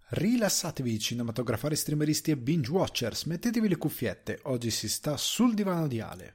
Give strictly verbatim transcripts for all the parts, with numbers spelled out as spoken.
Rilassatevi cinematografari, streameristi e binge watchers, mettetevi le cuffiette, oggi si sta sul divano di Ale.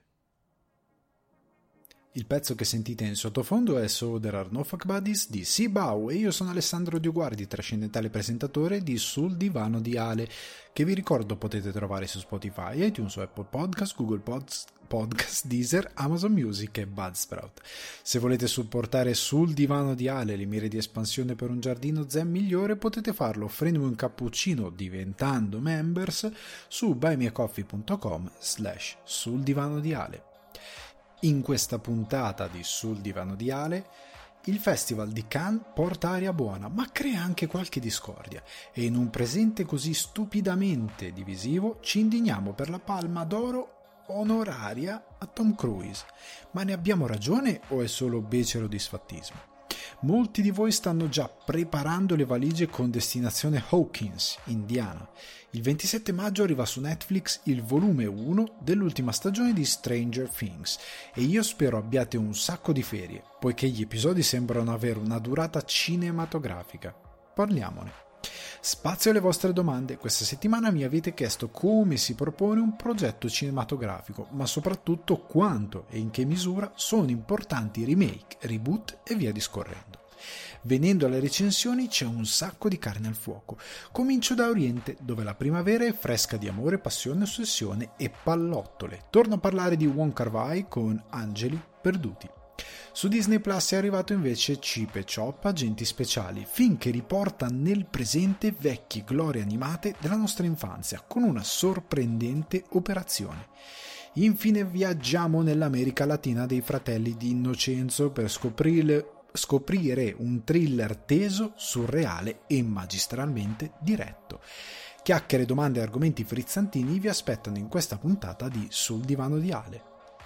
Il pezzo che sentite in sottofondo è So There Are No Fuck Buddies di Sibau e io sono Alessandro Dioguardi, trascendentale presentatore di Sul Divano di Ale, che vi ricordo potete trovare su Spotify, iTunes, Apple Podcast, Google Podcast, Podcast, Deezer, Amazon Music e Buzzsprout. Se volete supportare Sul Divano di Ale le mire di espansione per un giardino zen migliore, potete farlo offrendomi un cappuccino diventando members su buymeacoffee.com slash sul divano di Ale. In questa puntata di Sul Divano di Ale, il Festival di Cannes porta aria buona, ma crea anche qualche discordia, e in un presente così stupidamente divisivo ci indigniamo per la palma d'oro onoraria a Tom Cruise. Ma ne abbiamo ragione o è solo becero disfattismo? Molti di voi stanno già preparando le valigie con destinazione Hawkins, Indiana. Il ventisette maggio arriva su Netflix il volume uno dell'ultima stagione di Stranger Things e io spero abbiate un sacco di ferie, poiché gli episodi sembrano avere una durata cinematografica. Parliamone. Spazio alle vostre domande. Questa settimana mi avete chiesto come si propone un progetto cinematografico, ma soprattutto quanto e in che misura sono importanti remake, reboot e via discorrendo. Venendo alle recensioni c'è un sacco di carne al fuoco. Comincio da Oriente, dove la primavera è fresca di amore, passione, ossessione e pallottole. Torno a parlare di Wong Kar-wai con Angeli perduti. Su Disney Plus è arrivato invece Chip e Chop, Agenti Speciali, film che riporta nel presente vecchie glorie animate della nostra infanzia, con una sorprendente operazione. Infine viaggiamo nell'America Latina dei fratelli di Innocenzo per scoprire, scoprire un thriller teso, surreale e magistralmente diretto. Chiacchiere, domande e argomenti frizzantini vi aspettano in questa puntata di Sul Divano di Ale.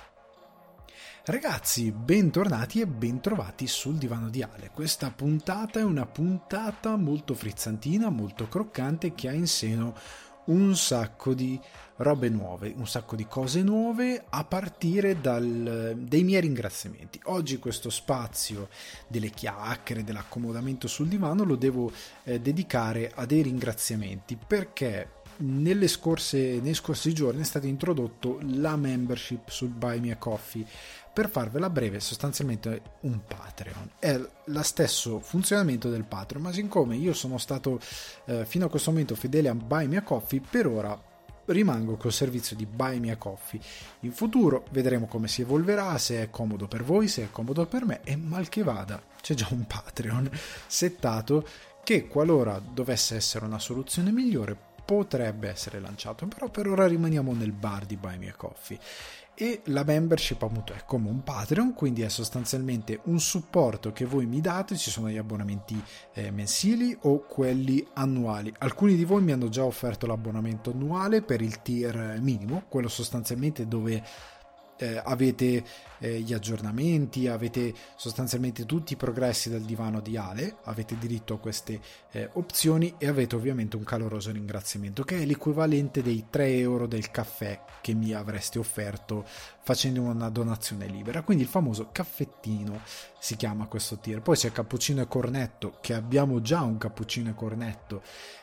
Ragazzi, bentornati e bentrovati sul Divano di Ale. Questa puntata è una puntata molto frizzantina, molto croccante, che ha in seno un sacco di robe nuove, un sacco di cose nuove, a partire dal, dai miei ringraziamenti. Oggi questo spazio delle chiacchiere, dell'accomodamento sul divano lo devo eh, dedicare a dei ringraziamenti, perché nelle scorse, nei scorsi giorni è stato introdotto la membership sul Buy Me a Coffee. Per farvela breve, sostanzialmente un Patreon. È lo stesso funzionamento del Patreon, ma siccome io sono stato eh, fino a questo momento fedele a Buy Me a Coffee, per ora rimango col servizio di Buy Me a Coffee. In futuro vedremo come si evolverà, se è comodo per voi, se è comodo per me, e mal che vada c'è già un Patreon settato che, qualora dovesse essere una soluzione migliore, potrebbe essere lanciato, però per ora rimaniamo nel bar di Buy Me a Coffee. E la membership appunto è come un Patreon, quindi è sostanzialmente un supporto che voi mi date. Ci sono gli abbonamenti eh, mensili o quelli annuali. Alcuni di voi mi hanno già offerto l'abbonamento annuale per il tier minimo, quello sostanzialmente dove eh, avete eh, gli aggiornamenti, avete sostanzialmente tutti i progressi del divano di Ale, avete diritto a queste eh, opzioni e avete ovviamente un caloroso ringraziamento che è l'equivalente dei tre euro del caffè che mi avreste offerto facendo una donazione libera, quindi il famoso caffettino si chiama questo tier. Poi c'è cappuccino e cornetto, che abbiamo già un cappuccino e cornetto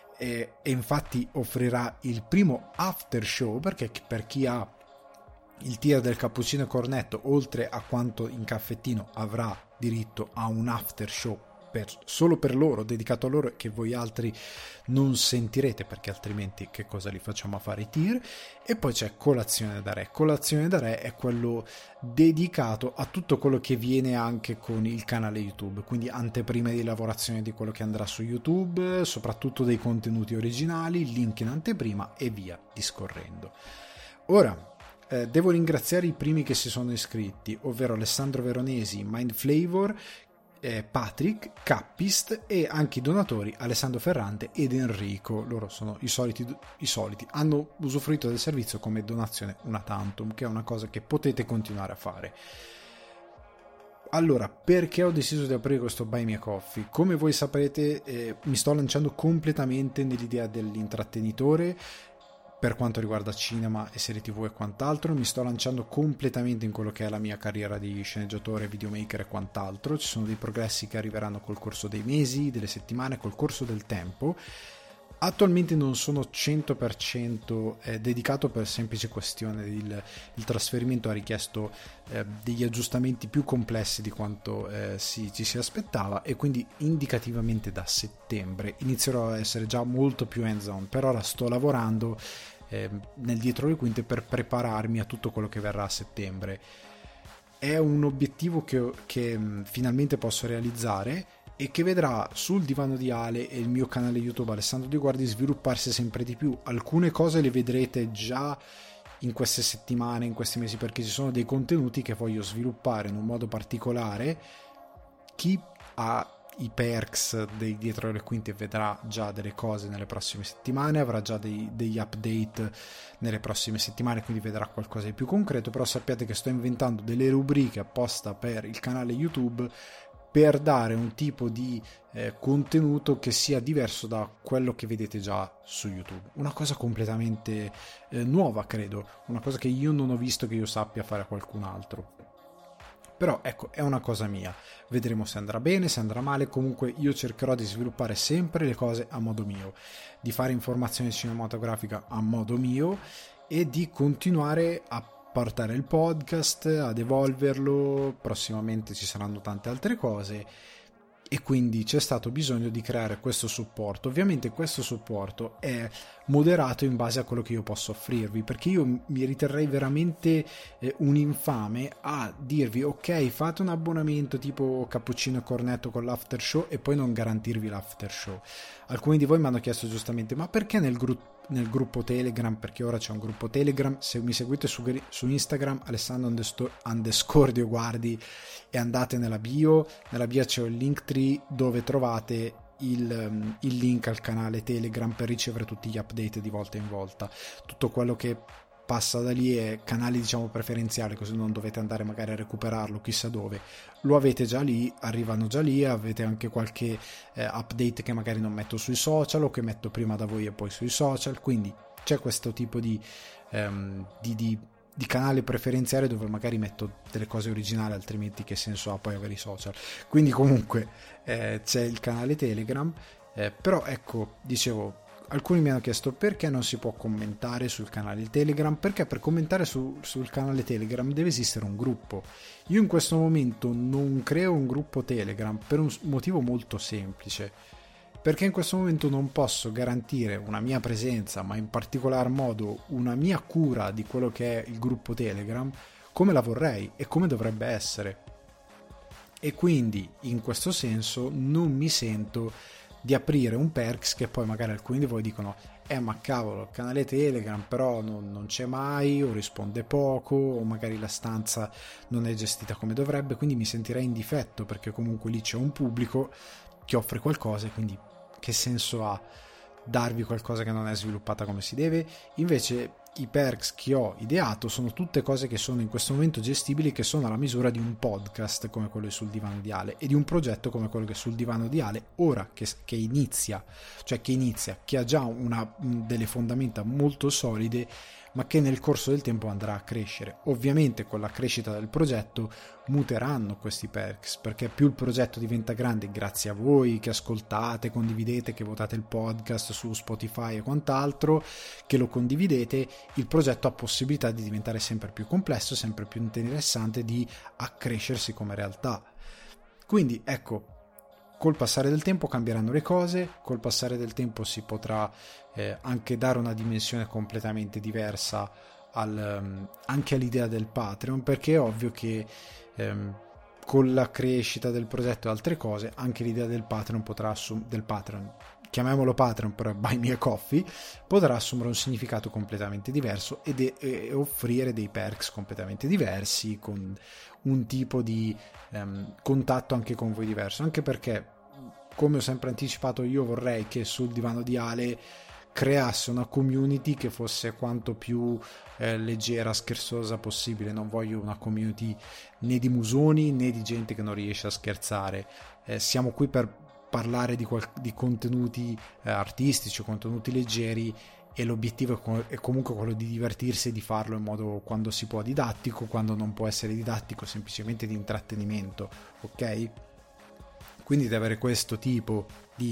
e, e infatti offrirà il primo after show, perché per chi ha il tier del cappuccino e cornetto, oltre a quanto in caffettino, avrà diritto a un after show per, solo per loro, dedicato a loro, che voi altri non sentirete, perché altrimenti che cosa li facciamo a fare i tier. E poi c'è colazione da re. Colazione da re è quello dedicato a tutto quello che viene anche con il canale YouTube, quindi anteprime di lavorazione di quello che andrà su YouTube, soprattutto dei contenuti originali, link in anteprima e via discorrendo. Ora Eh, devo ringraziare i primi che si sono iscritti, ovvero Alessandro Veronesi, Mind Flavor, eh, Patrick, Cappist e anche i donatori Alessandro Ferrante ed Enrico. Loro sono i soliti, i soliti, hanno usufruito del servizio come donazione una tantum, che è una cosa che potete continuare a fare. Allora, perché ho deciso di aprire questo Buy Me a Coffee? Come voi saprete, eh, mi sto lanciando completamente nell'idea dell'intrattenitore. Per quanto riguarda cinema e serie tv e quant'altro, mi sto lanciando completamente in quello che è la mia carriera di sceneggiatore, videomaker e quant'altro. Ci sono dei progressi che arriveranno col corso dei mesi, delle settimane, col corso del tempo. Attualmente non sono cento per cento eh, dedicato per semplice questione il, il trasferimento ha richiesto eh, degli aggiustamenti più complessi di quanto eh, si, ci si aspettava, e quindi indicativamente da settembre inizierò a essere già molto più hands on. Per ora sto lavorando eh, nel dietro le quinte per prepararmi a tutto quello che verrà a settembre. È un obiettivo che, che mh, finalmente posso realizzare, e che vedrà sul divano di Ale e il mio canale YouTube Alessandro Di Guardi svilupparsi sempre di più. Alcune cose le vedrete già in queste settimane, in questi mesi, perché ci sono dei contenuti che voglio sviluppare in un modo particolare. Chi ha i perks dei dietro le quinte vedrà già delle cose nelle prossime settimane, avrà già dei, degli update nelle prossime settimane, quindi vedrà qualcosa di più concreto. Però sappiate che sto inventando delle rubriche apposta per il canale YouTube per dare un tipo di eh, contenuto che sia diverso da quello che vedete già su YouTube. Una cosa completamente eh, nuova, credo, una cosa che io non ho visto, che io sappia fare a qualcun altro. Però ecco, è una cosa mia, vedremo se andrà bene, se andrà male. Comunque io cercherò di sviluppare sempre le cose a modo mio, di fare informazione cinematografica a modo mio, e di continuare a portare il podcast, ad evolverlo. Prossimamente ci saranno tante altre cose, e quindi c'è stato bisogno di creare questo supporto. Ovviamente questo supporto è moderato in base a quello che io posso offrirvi, perché io mi riterrei veramente eh, un infame a dirvi ok, fate un abbonamento tipo cappuccino e cornetto con l'after show e poi non garantirvi l'after show. Alcuni di voi mi hanno chiesto giustamente: ma perché nel gruppo nel gruppo Telegram? Perché ora c'è un gruppo Telegram. Se mi seguite su, su Instagram, Alessandro underscore Dio Guardi, e andate nella bio, nella bio c'è un Linktree dove trovate il, il link al canale Telegram per ricevere tutti gli update di volta in volta. Tutto quello che passa da lì è canali, diciamo, preferenziali, così non dovete andare magari a recuperarlo chissà dove, lo avete già lì, arrivano già lì. Avete anche qualche eh, update che magari non metto sui social, o che metto prima da voi e poi sui social, quindi c'è questo tipo di, um, di, di, di canale preferenziale dove magari metto delle cose originali, altrimenti che senso ha poi avere i social. Quindi comunque eh, c'è il canale Telegram, eh, però ecco, dicevo, alcuni mi hanno chiesto perché non si può commentare sul canale Telegram, perché per commentare su, sul canale Telegram deve esistere un gruppo. Io in questo momento non creo un gruppo Telegram per un motivo molto semplice, perché in questo momento non posso garantire una mia presenza, ma in particolar modo una mia cura di quello che è il gruppo Telegram, come la vorrei e come dovrebbe essere. E quindi in questo senso non mi sento di aprire un perks che poi magari alcuni di voi dicono eh ma cavolo, il canale Telegram però non, non c'è mai, o risponde poco, o magari la stanza non è gestita come dovrebbe, quindi mi sentirei in difetto, perché comunque lì c'è un pubblico che offre qualcosa, quindi che senso ha darvi qualcosa che non è sviluppata come si deve? Invece i perks che ho ideato sono tutte cose che sono in questo momento gestibili, che sono alla misura di un podcast come quello sul divano di Ale, e di un progetto come quello che è sul divano di Ale ora che, che inizia, cioè che inizia, che ha già una, delle fondamenta molto solide, ma che nel corso del tempo andrà a crescere. Ovviamente con la crescita del progetto muteranno questi perks, perché più il progetto diventa grande, grazie a voi che ascoltate, condividete, che votate il podcast su Spotify e quant'altro, che lo condividete, il progetto ha possibilità di diventare sempre più complesso, sempre più interessante, di accrescersi come realtà. Quindi ecco, col passare del tempo cambieranno le cose, col passare del tempo si potrà eh, anche dare una dimensione completamente diversa al, um, anche all'idea del Patreon, perché è ovvio che um, con la crescita del progetto e altre cose anche l'idea del Patreon potrà assumere, del Patreon, chiamiamolo Patreon per Buy Me a Coffee, potrà assumere un significato completamente diverso ed e, e offrire dei perks completamente diversi, con un tipo di um, contatto anche con voi diverso, anche perché, come ho sempre anticipato, io vorrei che sul divano di Ale creasse una community che fosse quanto più eh, leggera, scherzosa possibile. Non voglio una community né di musoni né di gente che non riesce a scherzare. Eh, siamo qui per parlare di, qual- di contenuti eh, artistici, contenuti leggeri, e l'obiettivo è, co- è comunque quello di divertirsi e di farlo in modo, quando si può, didattico, quando non può essere didattico, semplicemente di intrattenimento, ok? Quindi di avere questo tipo di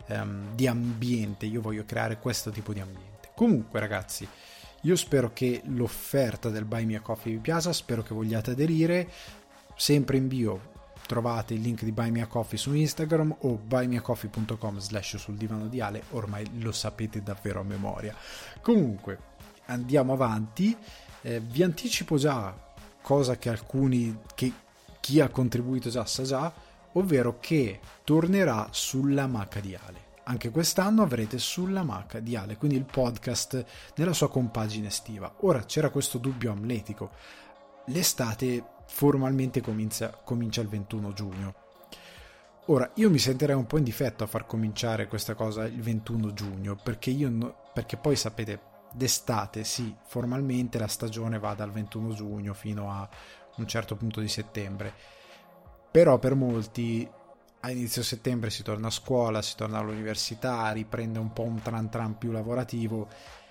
ehm, di ambiente, io voglio creare questo tipo di ambiente. Comunque ragazzi, io spero che l'offerta del Buy Me a Coffee vi piaccia, spero che vogliate aderire. Sempre in bio trovate il link di Buy Me a Coffee su Instagram o buymeacoffee punto com slash sul divano di Ale, ormai lo sapete davvero a memoria. Comunque andiamo avanti, eh, vi anticipo già cosa che alcuni, che chi ha contribuito già sa già, ovvero che tornerà sulla Maca di Ale. Anche quest'anno avrete Sulla Maca di Ale, quindi il podcast nella sua compagine estiva. Ora c'era questo dubbio amletico, l'estate formalmente comincia, comincia il ventuno giugno. Ora io mi sentirei un po' in difetto a far cominciare questa cosa il ventuno giugno, perché io no, perché poi sapete, d'estate sì, formalmente la stagione va dal ventuno giugno fino a un certo punto di settembre, però per molti a inizio settembre si torna a scuola, si torna all'università, riprende un po' un tran tran più lavorativo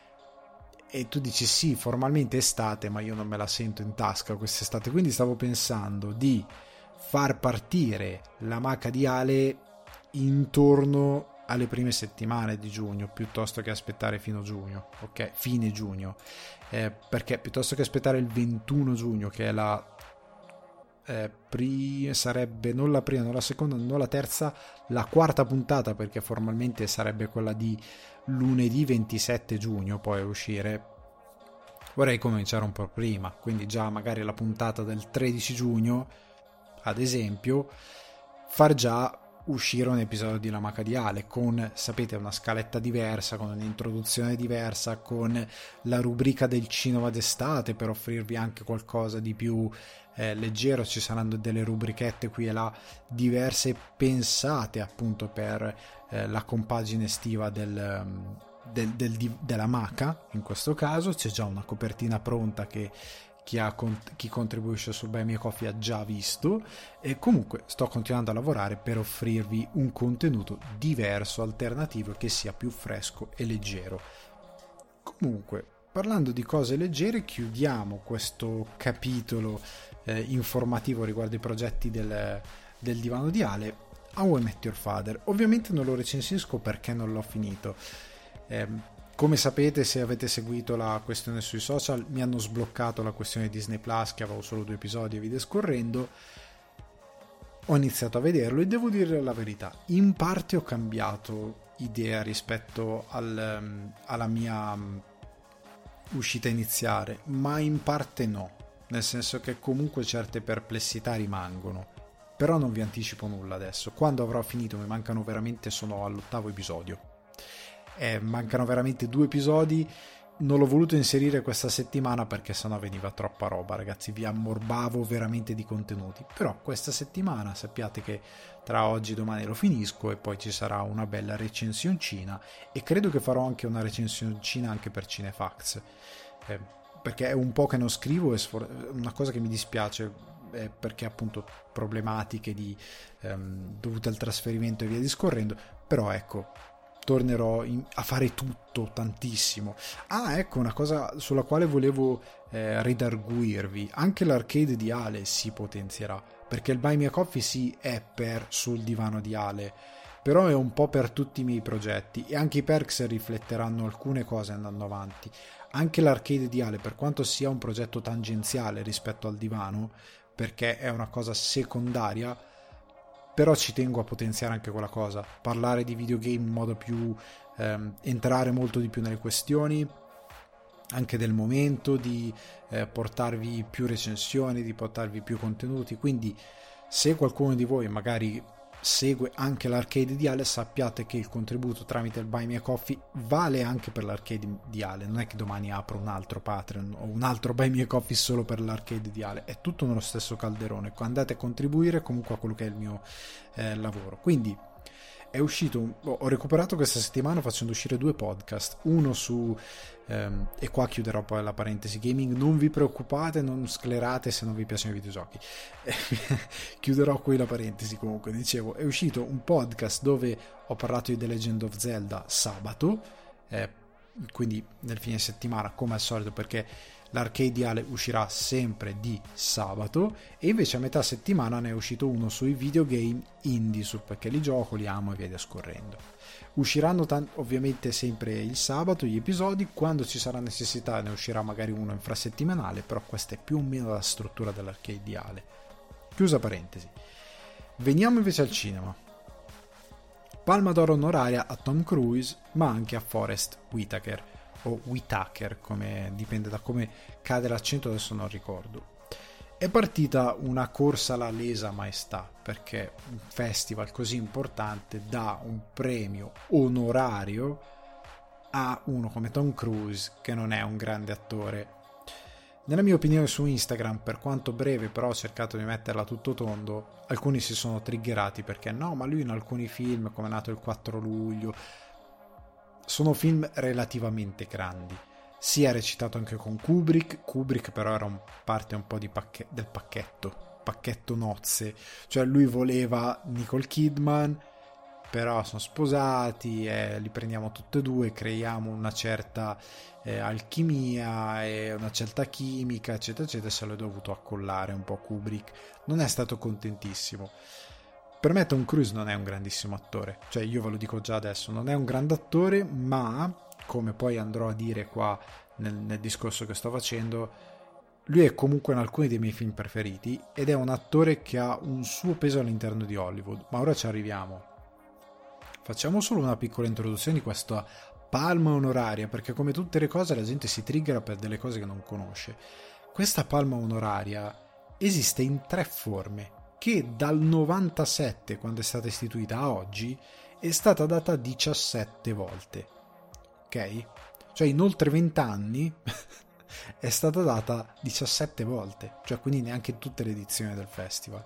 e tu dici sì, formalmente estate, ma io non me la sento in tasca quest'estate, quindi stavo pensando di far partire la Maca di Ale intorno alle prime settimane di giugno piuttosto che aspettare fino a giugno, ok, fine giugno, eh, perché piuttosto che aspettare il ventuno giugno, che è la eh, pri- sarebbe non la prima, non la seconda, non la terza, la quarta puntata, perché formalmente sarebbe quella di lunedì ventisette giugno poi a uscire, vorrei cominciare un po' prima, quindi già magari la puntata del tredici giugno ad esempio, far già uscire un episodio di La Maca di Ale con, sapete, una scaletta diversa, con un'introduzione diversa, con la rubrica del cinema d'estate per offrirvi anche qualcosa di più eh, leggero. Ci saranno delle rubrichette qui e là diverse pensate appunto per eh, la compagine estiva del, del, del, della Maca. In questo caso c'è già una copertina pronta che Chi, ha, chi contribuisce sul Buy Me a Coffee ha già visto, e comunque sto continuando a lavorare per offrirvi un contenuto diverso, alternativo, che sia più fresco e leggero. Comunque, parlando di cose leggere, chiudiamo questo capitolo eh, informativo riguardo i progetti del, del divano di Ale a How I Met Your Father. Ovviamente non lo recensisco perché non l'ho finito. Eh, Come sapete, se avete seguito la questione sui social, mi hanno sbloccato la questione Disney Plus, che avevo solo due episodi e via discorrendo. Ho iniziato a vederlo e devo dire la verità, in parte ho cambiato idea rispetto al, alla mia uscita iniziale, ma in parte no, nel senso che comunque certe perplessità rimangono. Però non vi anticipo nulla adesso. Quando avrò finito, mi mancano veramente, sono all'ottavo episodio. Eh, mancano veramente due episodi. Non l'ho voluto inserire questa settimana perché sennò veniva troppa roba, ragazzi, vi ammorbavo veramente di contenuti. Però questa settimana sappiate che tra oggi e domani lo finisco e poi ci sarà una bella recensioncina, e credo che farò anche una recensioncina anche per Cinefax, eh, perché è un po' che non scrivo, è sfor- una cosa che mi dispiace, eh, perché appunto problematiche di, ehm, dovute al trasferimento e via discorrendo. Però ecco, tornerò in, a fare tutto tantissimo. Ah, ecco una cosa sulla quale volevo eh, ridarguirvi: anche l'arcade di Ale si potenzierà, perché il Buy Me a Coffee sì è per Sul Divano di Ale, però è un po' per tutti i miei progetti, e anche i perks rifletteranno alcune cose andando avanti. Anche l'arcade di Ale, per quanto sia un progetto tangenziale rispetto al divano, perché è una cosa secondaria, però ci tengo a potenziare anche quella cosa, parlare di videogame in modo più, ehm, entrare molto di più nelle questioni anche del momento, di eh, portarvi più recensioni, di portarvi più contenuti. Quindi se qualcuno di voi magari segue anche l'arcade di Ale, sappiate che il contributo tramite il Buy Me a Coffee vale anche per l'arcade di Ale. Non è che domani apro un altro Patreon o un altro Buy Me a Coffee solo per l'arcade di Ale, è tutto nello stesso calderone. Andate a contribuire comunque a quello che è il mio eh, lavoro. Quindi è uscito, ho recuperato questa settimana facendo uscire due podcast, uno su ehm, e qua chiuderò poi la parentesi gaming, non vi preoccupate, non sclerate se non vi piacciono i videogiochi. Chiuderò qui la parentesi. Comunque dicevo, è uscito un podcast dove ho parlato di The Legend of Zelda sabato, eh, quindi nel fine settimana come al solito, perché L'arcadiale uscirà sempre di sabato e invece a metà settimana ne è uscito uno sui videogame indie, su perché li gioco, li amo e via scorrendo. Usciranno t- ovviamente sempre il sabato gli episodi, quando ci sarà necessità ne uscirà magari uno infrasettimanale, però questa è più o meno la struttura dell'arcadiale. Chiusa parentesi. Veniamo invece al cinema. Palma d'oro onoraria a Tom Cruise, ma anche a Forest Whitaker, o Whitaker, come dipende da come cade l'accento, adesso non ricordo. È partita una corsa alla lesa maestà, perché un festival così importante dà un premio onorario a uno come Tom Cruise, che non è un grande attore. Nella mia opinione su Instagram, per quanto breve, però ho cercato di metterla tutto tondo, alcuni si sono triggerati perché no, ma lui in alcuni film, come è nato il quattro luglio, sono film relativamente grandi. Si è recitato anche con Kubrick, Kubrick però era un parte un po' di pacche- del pacchetto, pacchetto nozze, cioè lui voleva Nicole Kidman, però sono sposati, eh, li prendiamo tutti e due, creiamo una certa eh, alchimia e una certa chimica, eccetera, eccetera, se l'è dovuto accollare un po' Kubrick, non è stato contentissimo. Per me Tom Cruise non è un grandissimo attore, cioè io ve lo dico già adesso, non è un grande attore, ma come poi andrò a dire qua nel, nel discorso che sto facendo, lui è comunque in alcuni dei miei film preferiti ed è un attore che ha un suo peso all'interno di Hollywood, ma ora ci arriviamo. Facciamo solo una piccola introduzione di questa palma onoraria, perché come tutte le cose la gente si triggera per delle cose che non conosce. Questa palma onoraria esiste in tre forme, che dal novantasette, quando è stata istituita, a oggi è stata data diciassette volte. Ok? Cioè in oltre venti anni è stata data diciassette volte, cioè quindi neanche in tutte le edizioni del festival.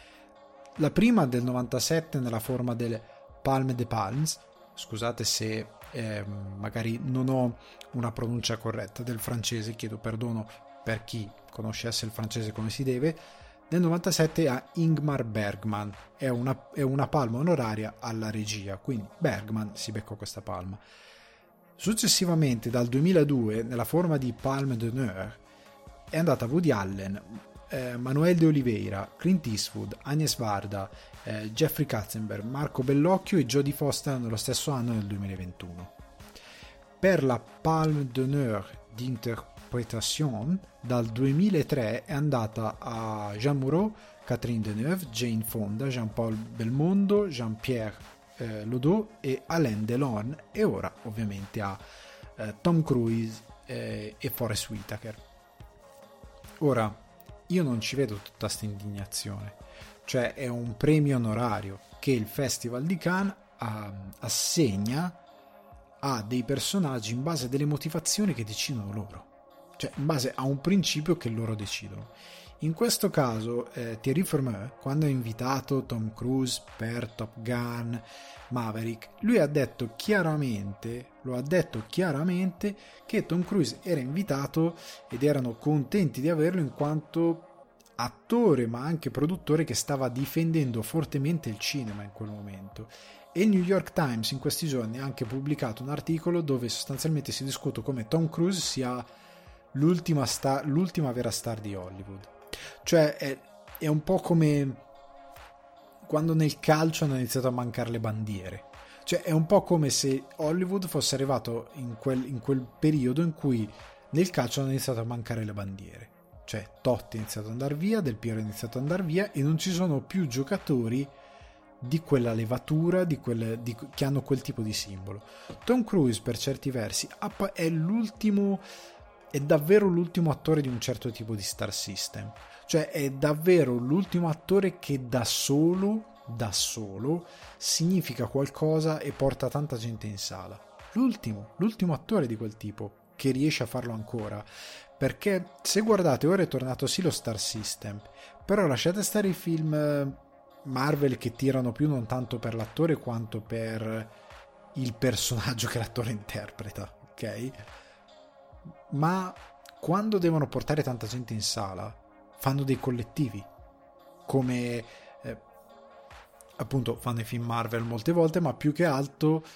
La prima del novantasette nella forma del Palme des Palmes, scusate se eh, magari non ho una pronuncia corretta del francese, chiedo perdono per chi conoscesse il francese come si deve. Nel novantasette a Ingmar Bergman, è una, è una palma onoraria alla regia, quindi Bergman si beccò questa palma. Successivamente dal duemiladue nella forma di Palme d'honneur è andata Woody Allen, eh, Manuel de Oliveira, Clint Eastwood, Agnes Varda, eh, Jeffrey Katzenberg, Marco Bellocchio e Jodie Foster nello stesso anno, nel duemilaventuno. Per la Palme d'honneur d'interprétation dal duemilatré è andata a Jean Moreau, Catherine Deneuve, Jane Fonda, Jean-Paul Belmondo, Jean-Pierre eh, Lodot e Alain Delon, e ora ovviamente a eh, Tom Cruise eh, e Forest Whitaker. Ora, io non ci vedo tutta questa indignazione, cioè è un premio onorario che il Festival di Cannes ah, assegna a dei personaggi in base a delle motivazioni che decidono loro, cioè in base a un principio che loro decidono. In questo caso eh, Thierry Frémaux, quando ha invitato Tom Cruise per Top Gun, Maverick, lui ha detto chiaramente, lo ha detto chiaramente che Tom Cruise era invitato ed erano contenti di averlo in quanto attore ma anche produttore che stava difendendo fortemente il cinema in quel momento. E il New York Times in questi giorni ha anche pubblicato un articolo dove sostanzialmente si discute come Tom Cruise sia l'ultima, star, l'ultima vera star di Hollywood. Cioè è, è un po' come quando nel calcio hanno iniziato a mancare le bandiere, cioè è un po' come se Hollywood fosse arrivato in quel, in quel periodo in cui nel calcio hanno iniziato a mancare le bandiere, cioè Totti è iniziato ad andare via, Del Piero è iniziato ad andare via e non ci sono più giocatori di quella levatura, di quel, di, che hanno quel tipo di simbolo. Tom Cruise per certi versi è l'ultimo, è davvero l'ultimo attore di un certo tipo di star system, cioè è davvero l'ultimo attore che da solo, da solo significa qualcosa e porta tanta gente in sala. L'ultimo, l'ultimo attore di quel tipo che riesce a farlo ancora, perché se guardate ora è tornato sì lo star system, però lasciate stare i film Marvel che tirano più non tanto per l'attore quanto per il personaggio che l'attore interpreta, ok? Ma quando devono portare tanta gente in sala fanno dei collettivi, come eh, appunto fanno i film Marvel molte volte, ma più che altro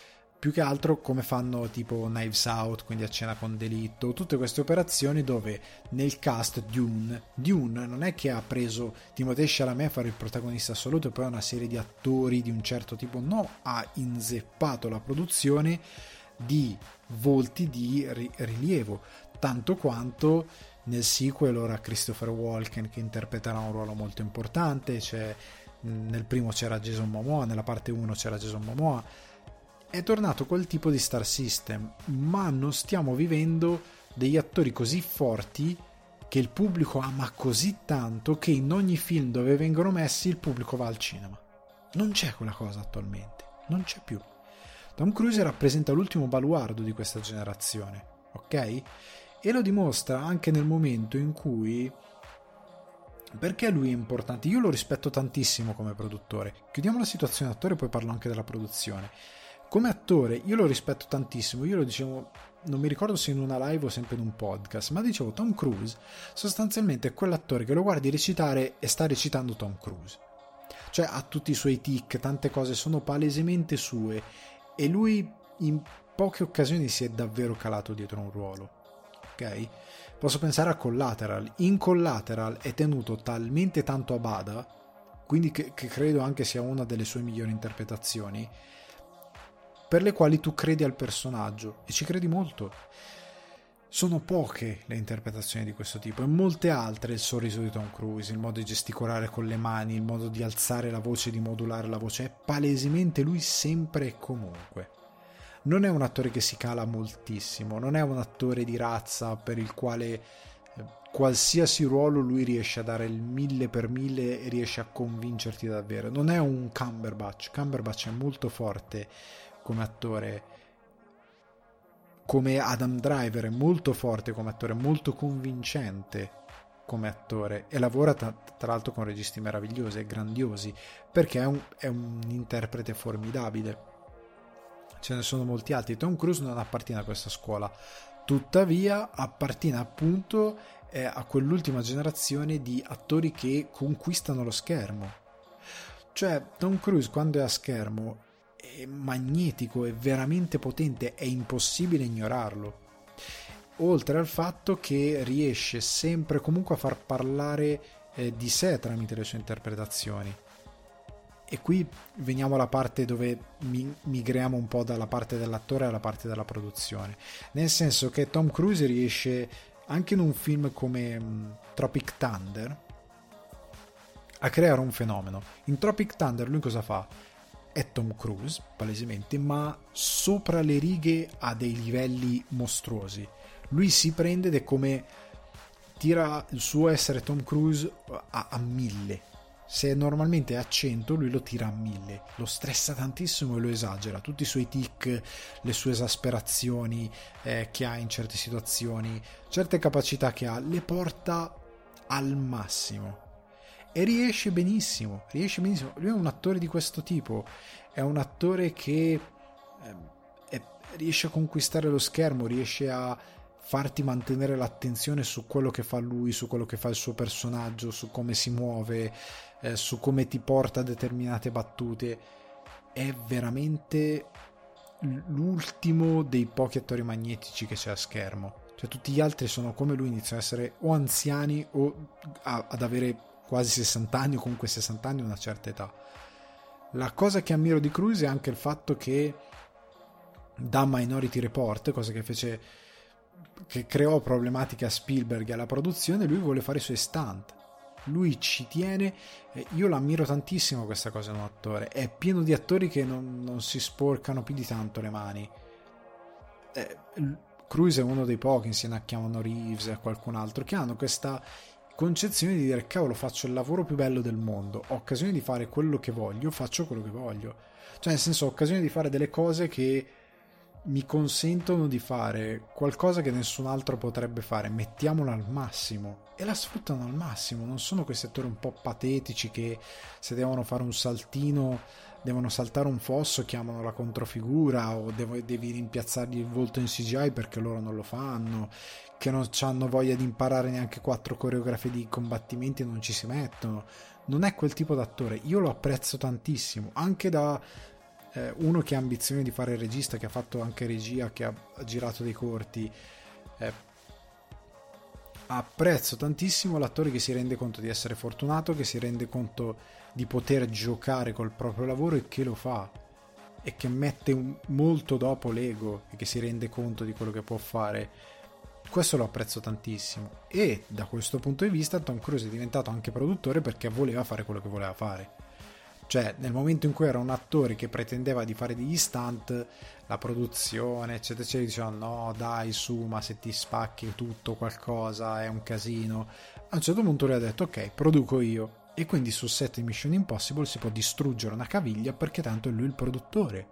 più che altro come fanno tipo Knives Out, quindi A cena con delitto, tutte queste operazioni dove nel cast Dune, Dune non è che ha preso Timothée Chalamet a fare il protagonista assoluto e poi una serie di attori di un certo tipo, no, ha inzeppato la produzione di volti di ri- rilievo, tanto quanto nel sequel ora Christopher Walken che interpreterà un ruolo molto importante, c'è, nel primo c'era Jason Momoa, nella parte uno c'era Jason Momoa, è tornato quel tipo di star system, ma non stiamo vivendo degli attori così forti che il pubblico ama così tanto che in ogni film dove vengono messi il pubblico va al cinema. Non c'è quella cosa attualmente, non c'è più. Tom Cruise rappresenta l'ultimo baluardo di questa generazione, ok? E lo dimostra anche nel momento in cui... Perché lui è importante? Io lo rispetto tantissimo come produttore. Chiudiamo la situazione attore e poi parlo anche della produzione. Come attore io lo rispetto tantissimo, io lo dicevo, non mi ricordo se in una live o sempre in un podcast, ma dicevo Tom Cruise sostanzialmente è quell'attore che lo guardi recitare e sta recitando Tom Cruise, cioè ha tutti i suoi tic, tante cose sono palesemente sue e lui in poche occasioni si è davvero calato dietro un ruolo, ok? Posso pensare a Collateral, in Collateral è tenuto talmente tanto a bada, quindi che, che credo anche sia una delle sue migliori interpretazioni, per le quali tu credi al personaggio e ci credi molto. Sono poche le interpretazioni di questo tipo e molte altre, il sorriso di Tom Cruise, il modo di gesticolare con le mani, il modo di alzare la voce, di modulare la voce, è palesemente lui sempre e comunque. Non è un attore che si cala moltissimo, non è un attore di razza per il quale qualsiasi ruolo lui riesce a dare il mille per mille e riesce a convincerti davvero. Non è un Cumberbatch, Cumberbatch è molto forte come attore, come Adam Driver è molto forte come attore, molto convincente come attore e lavora tra, tra l'altro con registi meravigliosi e grandiosi perché è un, è un interprete formidabile. Ce ne sono molti altri. Tom Cruise non appartiene a questa scuola, tuttavia appartiene appunto eh, a quell'ultima generazione di attori che conquistano lo schermo. Cioè Tom Cruise quando è a schermo è magnetico, è veramente potente, è impossibile ignorarlo, oltre al fatto che riesce sempre comunque a far parlare eh, di sé tramite le sue interpretazioni. E qui veniamo alla parte dove mi, migriamo un po' dalla parte dell'attore alla parte della produzione, nel senso che Tom Cruise riesce anche in un film come um, Tropic Thunder a creare un fenomeno. In Tropic Thunder lui cosa fa? È Tom Cruise palesemente, ma sopra le righe a dei livelli mostruosi. Lui si prende ed è come tira il suo essere Tom Cruise a, a mille. Se normalmente è a cento, lui lo tira a mille, lo stressa tantissimo e lo esagera. Tutti i suoi tic, le sue esasperazioni eh, che ha in certe situazioni, certe capacità che ha, le porta al massimo e riesce benissimo, riesce benissimo. Lui è un attore di questo tipo, è un attore che eh, è, riesce a conquistare lo schermo, riesce a farti mantenere l'attenzione su quello che fa lui, su quello che fa il suo personaggio, su come si muove, eh, su come ti porta a determinate battute. È veramente l'ultimo dei pochi attori magnetici che c'è a schermo. Cioè tutti gli altri sono come lui, iniziano a essere o anziani o a, ad avere quasi sessanta anni o comunque sessanta anni, una certa età. La cosa che ammiro di Cruise è anche il fatto che da Minority Report, cosa che fece, che creò problematiche a Spielberg e alla produzione, lui vuole fare i suoi stunt, lui ci tiene. Io l'ammiro tantissimo questa cosa in un attore, è pieno di attori che non, non si sporcano più di tanto le mani. eh, Cruise è uno dei pochi insieme a Keanu Reeves e a qualcun altro che hanno questa concezione di dire cavolo, faccio il lavoro più bello del mondo, ho occasione di fare quello che voglio, faccio quello che voglio, cioè nel senso ho occasione di fare delle cose che mi consentono di fare qualcosa che nessun altro potrebbe fare, mettiamola al massimo, e la sfruttano al massimo. Non sono questi attori un po' patetici che se devono fare un saltino, devono saltare un fosso, chiamano la controfigura o devo, devi rimpiazzargli il volto in C G I perché loro non lo fanno, che non hanno voglia di imparare neanche quattro coreografie di combattimenti e non ci si mettono. Non è quel tipo d'attore. Io lo apprezzo tantissimo, anche da eh, uno che ha ambizioni di fare il regista, che ha fatto anche regia, che ha girato dei corti, eh, apprezzo tantissimo l'attore che si rende conto di essere fortunato, che si rende conto di poter giocare col proprio lavoro e che lo fa, e che mette un, molto dopo l'ego e che si rende conto di quello che può fare. Questo lo apprezzo tantissimo, e da questo punto di vista Tom Cruise è diventato anche produttore perché voleva fare quello che voleva fare. Cioè, nel momento in cui era un attore che pretendeva di fare degli stunt, la produzione eccetera eccetera diceva no dai su, ma se ti spacchi tutto qualcosa è un casino. A un certo punto lui ha detto ok, produco io, e quindi sul set di Mission Impossible si può distruggere una caviglia perché tanto è lui il produttore,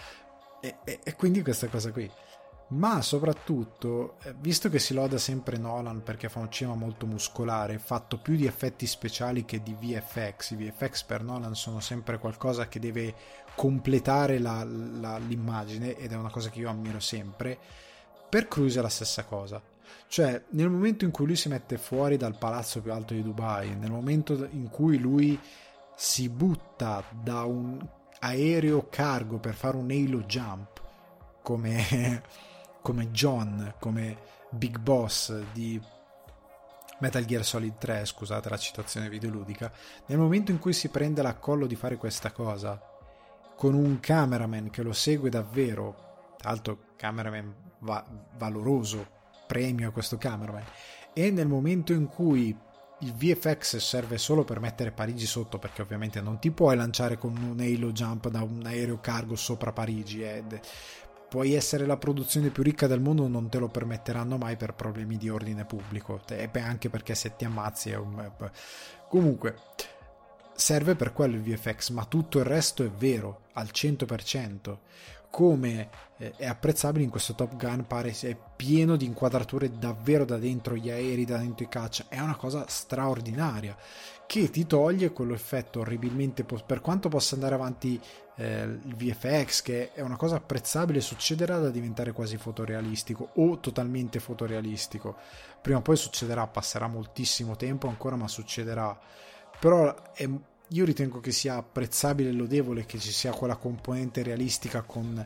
e, e, e quindi questa cosa qui. Ma soprattutto, visto che si loda sempre Nolan perché fa un cinema molto muscolare, fatto più di effetti speciali che di V F X, i V F X per Nolan sono sempre qualcosa che deve completare la, la, l'immagine, ed è una cosa che io ammiro sempre. Per Cruise è la stessa cosa. Cioè, nel momento in cui lui si mette fuori dal palazzo più alto di Dubai, nel momento in cui lui si butta da un aereo cargo per fare un halo jump, come, come John, come Big Boss di Metal Gear Solid tre, scusate la citazione videoludica, nel momento in cui si prende l'accollo di fare questa cosa, con un cameraman che lo segue davvero, tra l'altro cameraman va- valoroso, premio a questo cameraman, e nel momento in cui il V F X serve solo per mettere Parigi sotto, perché ovviamente non ti puoi lanciare con un halo jump da un aereo cargo sopra Parigi, eh. Puoi essere la produzione più ricca del mondo, non te lo permetteranno mai per problemi di ordine pubblico, e anche perché se ti ammazzi è un... comunque serve per quello il V F X, ma tutto il resto è vero al cento per cento. Come eh, è apprezzabile in questo Top Gun, pare sia pieno di inquadrature davvero da dentro gli aerei, da dentro i caccia, è una cosa straordinaria che ti toglie quell'effetto orribilmente, per quanto possa andare avanti eh, il V F X, che è una cosa apprezzabile, succederà da diventare quasi fotorealistico o totalmente fotorealistico, prima o poi succederà, passerà moltissimo tempo ancora, ma succederà. Però è, io ritengo che sia apprezzabile e lodevole che ci sia quella componente realistica con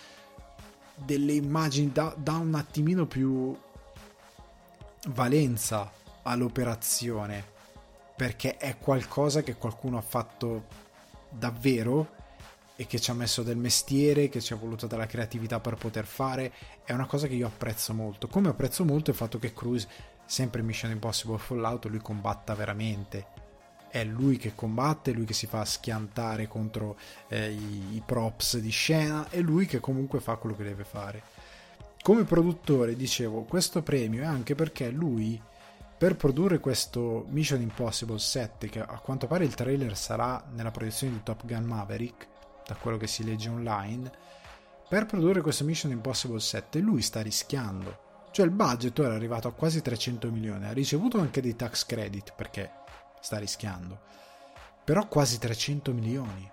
delle immagini, da, da un attimino più valenza all'operazione, perché è qualcosa che qualcuno ha fatto davvero e che ci ha messo del mestiere, che ci ha voluto della creatività per poter fare. È una cosa che io apprezzo molto, come apprezzo molto il fatto che Cruise, sempre in Mission Impossible Fallout, lui combatta veramente. È lui che combatte, è lui che si fa schiantare contro eh, i, i props di scena, è lui che comunque fa quello che deve fare. Come produttore, dicevo, questo premio è anche perché lui, per produrre questo Mission Impossible sette, che a quanto pare il trailer sarà nella proiezione di Top Gun Maverick, da quello che si legge online, per produrre questo Mission Impossible sette lui sta rischiando. Cioè il budget era arrivato a quasi trecento milioni, ha ricevuto anche dei tax credit perché sta rischiando, però quasi trecento milioni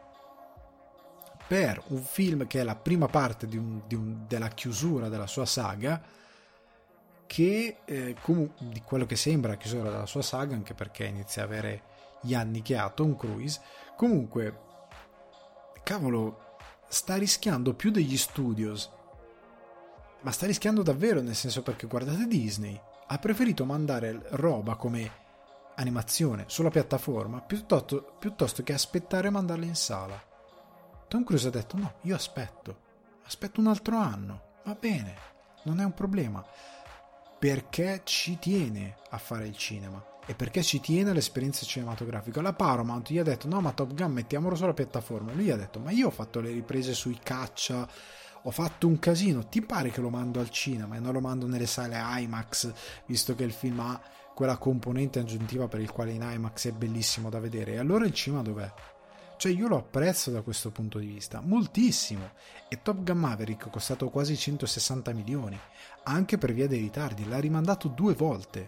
per un film che è la prima parte di un, di un, della chiusura della sua saga, che eh, com- di quello che sembra la chiusura della sua saga, anche perché inizia a avere gli anni che ha Tom Cruise. Comunque, cavolo, sta rischiando più degli studios, ma sta rischiando davvero, nel senso, perché guardate, Disney ha preferito mandare roba come animazione sulla piattaforma piuttosto, piuttosto che aspettare e mandarla in sala. Tom Cruise ha detto no, io aspetto aspetto un altro anno, va bene, non è un problema, perché ci tiene a fare il cinema e perché ci tiene all'esperienza cinematografica. La Paramount gli ha detto no, ma Top Gun mettiamolo sulla piattaforma. Lui ha detto ma io ho fatto le riprese sui caccia, ho fatto un casino, ti pare che lo mando al cinema e non lo mando nelle sale IMAX, visto che il film ha quella componente aggiuntiva per il quale in IMAX è bellissimo da vedere? E allora il cinema dov'è? Cioè io lo apprezzo da questo punto di vista moltissimo, e Top Gun Maverick è costato quasi centosessanta milioni, anche per via dei ritardi, l'ha rimandato due volte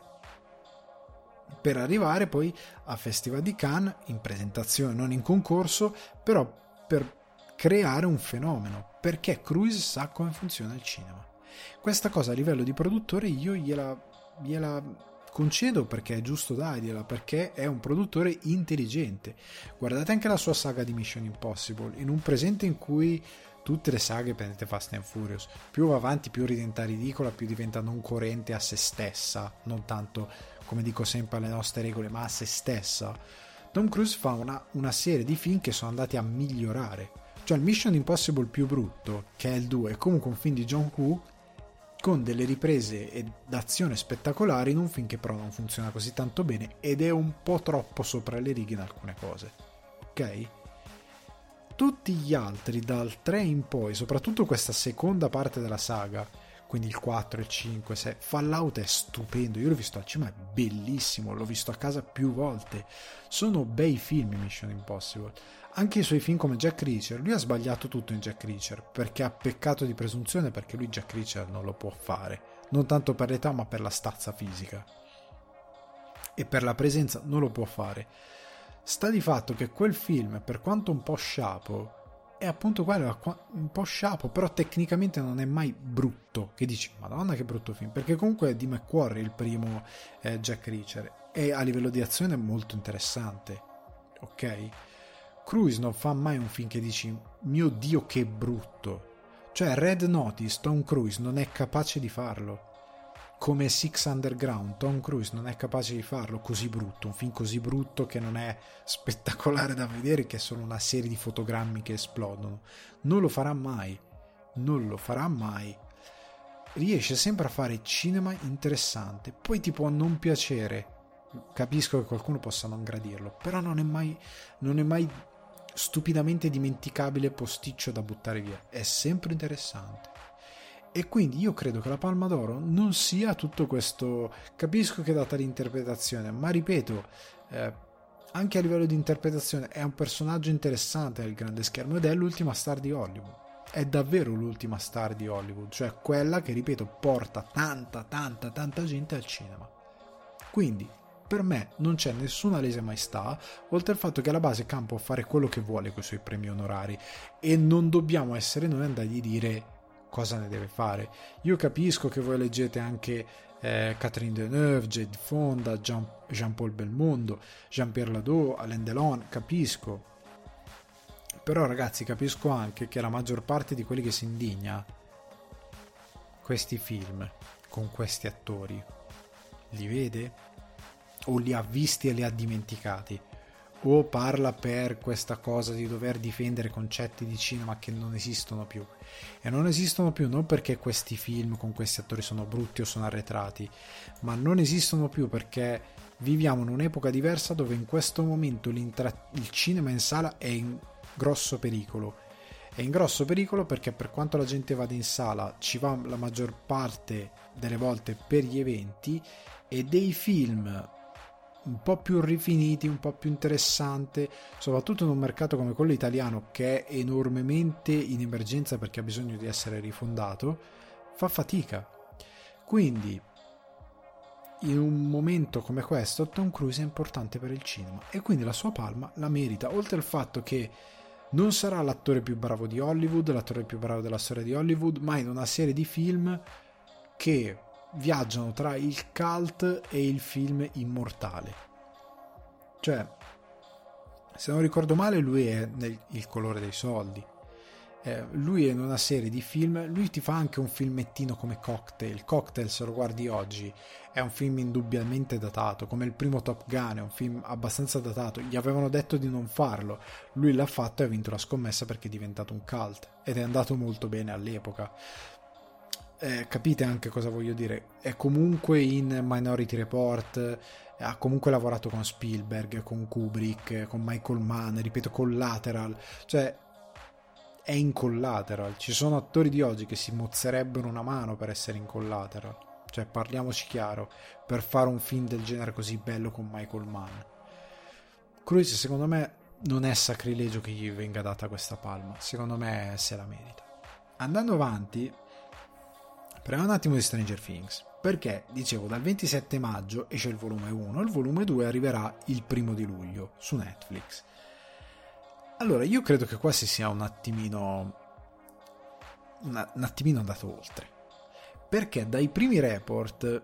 per arrivare poi a Festival di Cannes in presentazione, non in concorso, però per creare un fenomeno, perché Cruise sa come funziona il cinema. Questa cosa a livello di produttore io gliela, gliela concedo perché è giusto dargliela, perché è un produttore intelligente. Guardate anche la sua saga di Mission Impossible, in un presente in cui tutte le saghe, prendete Fast and Furious, più va avanti più diventa ridicola, più diventa non coerente a se stessa, non tanto, come dico sempre, alle nostre regole, ma a se stessa. Tom Cruise fa una, una serie di film che sono andati a migliorare. Cioè il Mission Impossible più brutto, che è il due, è comunque un film di John Woo con delle riprese ed azione spettacolari in un film che però non funziona così tanto bene ed è un po' troppo sopra le righe in alcune cose. Ok? Tutti gli altri dal tre in poi, soprattutto questa seconda parte della saga, quindi il quattro, il cinque, sei, Fallout è stupendo, io l'ho visto al cinema, è bellissimo, l'ho visto a casa più volte, sono bei film Mission Impossible. Anche i suoi film come Jack Reacher, lui ha sbagliato tutto in Jack Reacher perché ha peccato di presunzione, perché lui Jack Reacher non lo può fare, non tanto per l'età ma per la stazza fisica e per la presenza non lo può fare. Sta di fatto che quel film, per quanto un po' sciapo, è appunto quello, un po' sciapo, però tecnicamente non è mai brutto, che dici madonna che brutto film, perché comunque è di McQuarrie il primo eh, Jack Reacher e a livello di azione è molto interessante, ok? Cruise non fa mai un film che dici mio Dio che brutto, cioè Red Notice, Tom Cruise non è capace di farlo, come Six Underground, Tom Cruise non è capace di farlo così brutto, un film così brutto che non è spettacolare da vedere, che è solo una serie di fotogrammi che esplodono, non lo farà mai, non lo farà mai. Riesce sempre a fare cinema interessante, poi ti può non piacere, capisco che qualcuno possa non gradirlo, però non è mai, non è mai stupidamente dimenticabile, posticcio da buttare via, è sempre interessante. E quindi io credo che la Palma d'Oro non sia tutto questo, capisco che è data l'interpretazione, ma ripeto, eh, anche a livello di interpretazione è un personaggio interessante al grande schermo ed è l'ultima star di Hollywood, è davvero l'ultima star di Hollywood, cioè quella che, ripeto, porta tanta tanta tanta gente al cinema. Quindi per me non c'è nessuna lesa maestà, oltre al fatto che alla base Khan può fare quello che vuole con i suoi premi onorari e non dobbiamo essere noi a andargli dire cosa ne deve fare. Io capisco che voi leggete anche eh, Catherine Deneuve, Jade Fonda, Jean, Jean-Paul Belmondo, Jean-Pierre Ladeau, Alain Delon, capisco, però ragazzi capisco anche che la maggior parte di quelli che si indigna questi film con questi attori li vede o li ha visti e li ha dimenticati, o parla per questa cosa di dover difendere concetti di cinema che non esistono più, e non esistono più non perché questi film con questi attori sono brutti o sono arretrati, ma non esistono più perché viviamo in un'epoca diversa dove in questo momento il cinema in sala è in grosso pericolo. È in grosso pericolo perché per quanto la gente vada in sala ci va la maggior parte delle volte per gli eventi, e dei film un po' più rifiniti, un po' più interessante, soprattutto in un mercato come quello italiano che è enormemente in emergenza perché ha bisogno di essere rifondato, fa fatica. Quindi in un momento come questo Tom Cruise è importante per il cinema e quindi la sua palma la merita, oltre al fatto che non sarà l'attore più bravo di Hollywood, l'attore più bravo della storia di Hollywood, ma in una serie di film che viaggiano tra il cult e il film immortale. Cioè, se non ricordo male, lui è nel Il colore dei soldi, eh, lui è in una serie di film, lui ti fa anche un filmettino come Cocktail. Cocktail, se lo guardi oggi, è un film indubbiamente datato, come il primo Top Gun, è un film abbastanza datato, gli avevano detto di non farlo, lui l'ha fatto e ha vinto la scommessa perché è diventato un cult ed è andato molto bene all'epoca. Eh, capite anche cosa voglio dire, è comunque in Minority Report, ha comunque lavorato con Spielberg, con Kubrick, con Michael Mann, ripeto, Collateral, cioè è in Collateral. Ci sono attori di oggi che si mozzerebbero una mano per essere in Collateral, cioè parliamoci chiaro, per fare un film del genere così bello con Michael Mann. Cruise secondo me non è sacrilegio che gli venga data questa palma, secondo me se la merita. Andando avanti, parliamo un attimo di Stranger Things, perché dicevo dal ventisette maggio esce il volume uno, il volume due arriverà il primo di luglio su Netflix. Allora io credo che qua si sia un attimino una, un attimino andato oltre, perché dai primi report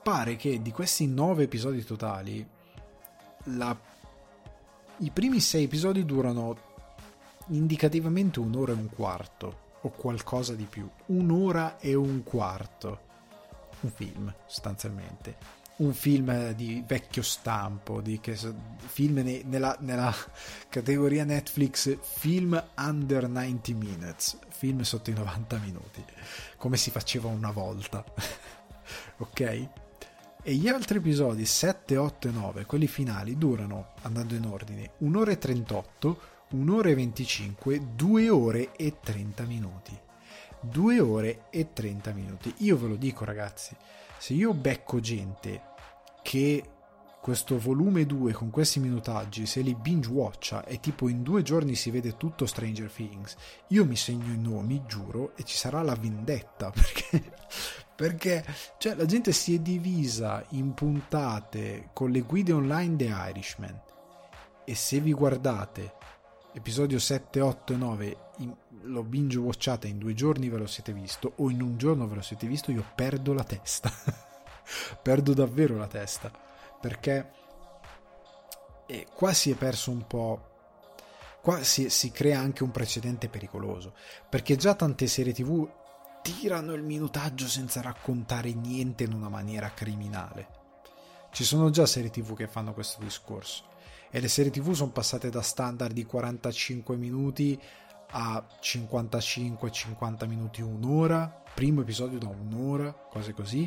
pare che di questi nove episodi totali la... i primi sei episodi durano indicativamente un'ora e un quarto o qualcosa di più, un'ora e un quarto, un film sostanzialmente, un film di vecchio stampo, di che film ne, nella, nella categoria Netflix film under ninety minutes, film sotto i novanta minuti, come si faceva una volta. Ok? E gli altri episodi sette, otto e nove, quelli finali, durano, andando in ordine, un'ora e trentotto, un'ora e venticinque, due ore e trenta minuti. due ore e trenta minuti. Io ve lo dico, ragazzi, se io becco gente che questo volume due con questi minutaggi se li binge watcha e tipo in due giorni si vede tutto Stranger Things, io mi segno i nomi, giuro, e ci sarà la vendetta, perché perché cioè la gente si è divisa in puntate con le guide online The Irishman, e se vi guardate episodio sette, otto e nove in, lo binge watchate in due giorni, ve lo siete visto, o in un giorno ve lo siete visto, io perdo la testa. Perdo davvero la testa, perché eh, qua si è perso un po', qua si, si crea anche un precedente pericoloso, perché già tante serie tv tirano il minutaggio senza raccontare niente in una maniera criminale. Ci sono già serie tv che fanno questo discorso, e le serie tv sono passate da standard di quarantacinque minuti a cinquantacinque cinquanta minuti, un'ora, primo episodio da un'ora, cose così.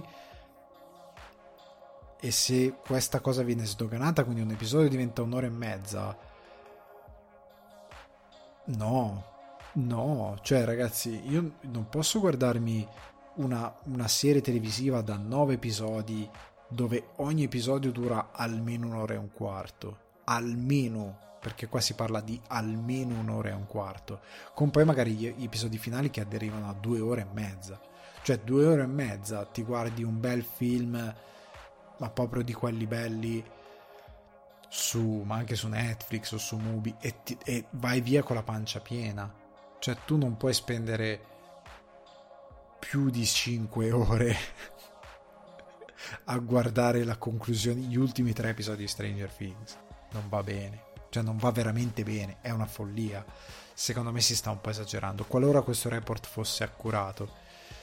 E se questa cosa viene sdoganata, quindi un episodio diventa un'ora e mezza, no, no, cioè ragazzi, io non posso guardarmi una, una serie televisiva da nove episodi dove ogni episodio dura almeno un'ora e un quarto, almeno, perché qua si parla di almeno un'ora e un quarto, con poi magari gli episodi finali che arrivano a due ore e mezza. Cioè due ore e mezza ti guardi un bel film, ma proprio di quelli belli, su, ma anche su Netflix o su Mubi, e, ti, e vai via con la pancia piena. Cioè tu non puoi spendere più di cinque ore a guardare la conclusione, gli ultimi tre episodi di Stranger Things. Non va bene, cioè non va veramente bene, è una follia. Secondo me si sta un po' esagerando. Qualora questo report fosse accurato,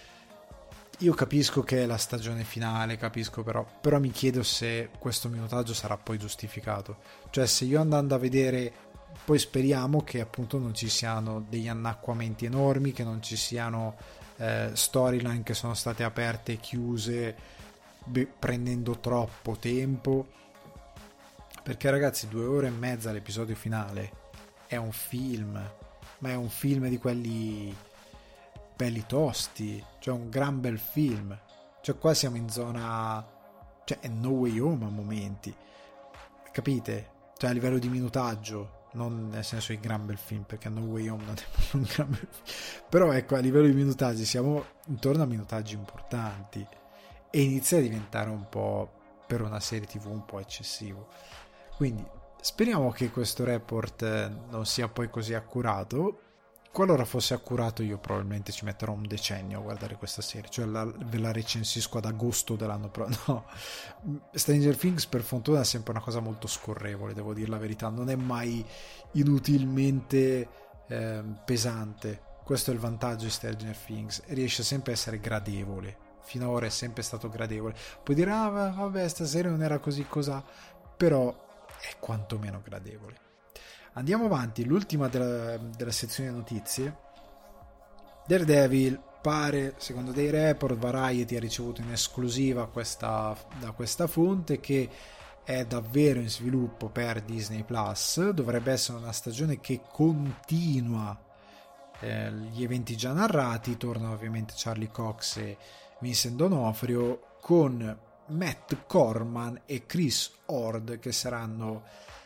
io capisco che è la stagione finale, capisco, però però mi chiedo se questo minutaggio sarà poi giustificato. Cioè se io andando a vedere, poi speriamo che appunto non ci siano degli annacquamenti enormi, che non ci siano eh, storyline che sono state aperte e chiuse beh, prendendo troppo tempo, perché ragazzi due ore e mezza l'episodio finale è un film, ma è un film di quelli belli tosti, cioè un gran bel film. Cioè qua siamo in zona, cioè è No Way Home a momenti, capite? Cioè a livello di minutaggio, non nel senso di gran bel film, perché No Way Home non è un gran bel film, però ecco, a livello di minutaggi siamo intorno a minutaggi importanti, e inizia a diventare un po', per una serie tv, un po' eccessivo. Quindi speriamo che questo report non sia poi così accurato. Qualora fosse accurato, io probabilmente ci metterò un decennio a guardare questa serie, cioè la, ve la recensisco ad agosto dell'anno prossimo. No, Stranger Things per fortuna è sempre una cosa molto scorrevole, devo dire la verità, non è mai inutilmente eh, pesante. Questo è il vantaggio di Stranger Things, riesce sempre a essere gradevole, fino ad ora è sempre stato gradevole. Puoi dire, ah vabbè, stasera non era così cosa, però è quantomeno gradevole. Andiamo avanti, l'ultima della, della sezione notizie. Daredevil pare, secondo dei report, Variety ha ricevuto in esclusiva questa, da questa fonte, che è davvero in sviluppo per Disney Plus. Dovrebbe essere una stagione che continua eh, gli eventi già narrati. Tornano ovviamente Charlie Cox e Vincent D'Onofrio, con Matt Corman e Chris Ord che saranno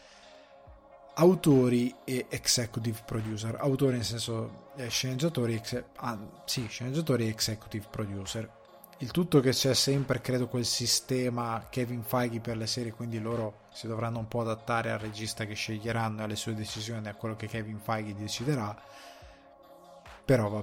autori e executive producer. Autori nel senso eh, sceneggiatori, exe- ah, sì, sceneggiatori e executive producer. Il tutto che c'è sempre, credo, quel sistema Kevin Feige per le serie, quindi loro si dovranno un po' adattare al regista che sceglieranno e alle sue decisioni, a quello che Kevin Feige deciderà. Però vabbè,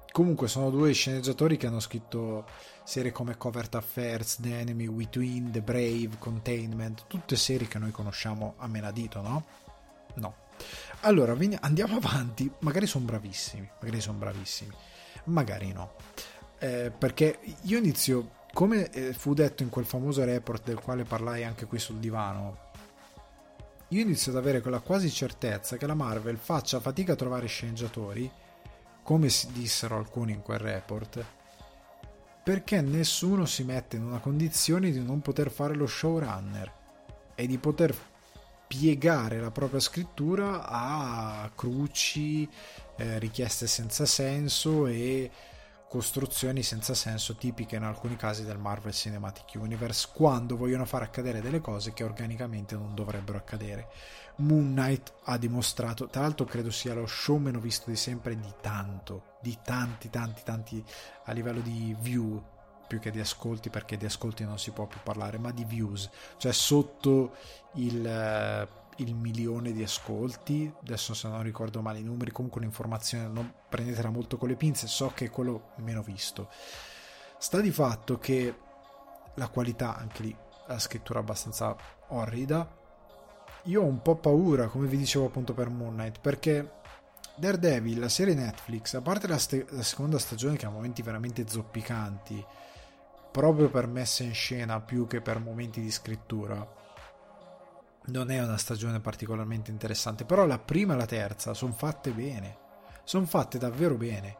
comunque sono due sceneggiatori che hanno scritto serie come Covert Affairs, The Enemy Within, The Brave, Containment, tutte serie che noi conosciamo a menadito, no? No. Allora, andiamo avanti, magari sono bravissimi, magari sono bravissimi, magari no. Eh, perché io inizio, come fu detto in quel famoso report del quale parlai anche qui sul divano, io inizio ad avere quella quasi certezza che la Marvel faccia fatica a trovare sceneggiatori, come si dissero alcuni in quel report, perché nessuno si mette in una condizione di non poter fare lo showrunner e di poter piegare la propria scrittura a cruci, eh, richieste senza senso e costruzioni senza senso tipiche in alcuni casi del Marvel Cinematic Universe, quando vogliono far accadere delle cose che organicamente non dovrebbero accadere. Moon Knight ha dimostrato, tra l'altro credo sia lo show meno visto di sempre, di tanto, di tanti tanti tanti a livello di view più che di ascolti, perché di ascolti non si può più parlare, ma di views, cioè sotto il, il milione di ascolti, adesso se non ricordo male i numeri, comunque l'informazione non prendetela molto con le pinze, so che è quello meno visto. Sta di fatto che la qualità, anche lì la scrittura abbastanza orrida. Io ho un po' paura, come vi dicevo appunto per Moon Knight, perché Daredevil, la serie Netflix, a parte la, st- la seconda stagione che ha momenti veramente zoppicanti, proprio per messa in scena più che per momenti di scrittura, non è una stagione particolarmente interessante, però la prima e la terza sono fatte bene, sono fatte davvero bene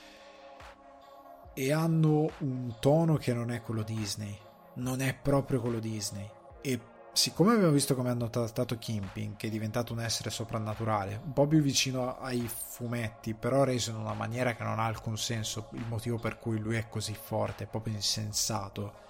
e hanno un tono che non è quello Disney, non è proprio quello Disney. E siccome abbiamo visto come hanno trattato Kingpin, che è diventato un essere soprannaturale, un po' più vicino ai fumetti, però reso in una maniera che non ha alcun senso, il motivo per cui lui è così forte, è proprio insensato.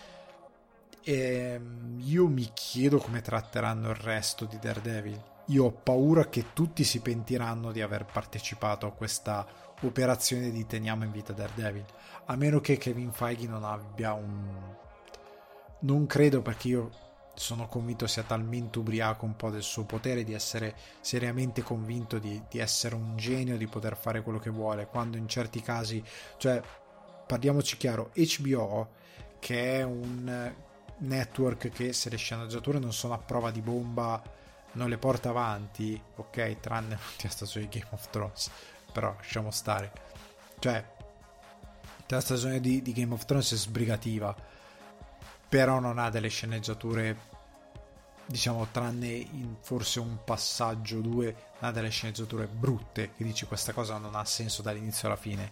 E io mi chiedo come tratteranno il resto di Daredevil. Io ho paura che tutti si pentiranno di aver partecipato a questa operazione di teniamo in vita Daredevil, a meno che Kevin Feige non abbia un... non credo, perché io sono convinto sia talmente ubriaco un po' del suo potere di essere seriamente convinto di, di essere un genio, di poter fare quello che vuole, quando in certi casi, cioè parliamoci chiaro, H B O, che è un network che se le sceneggiature non sono a prova di bomba non le porta avanti, ok, tranne l'ultima stagione di Game of Thrones, però lasciamo stare, cioè la stagione di, di Game of Thrones è sbrigativa, però non ha delle sceneggiature, diciamo, tranne in forse un passaggio due, non ha delle sceneggiature brutte che dici questa cosa non ha senso dall'inizio alla fine.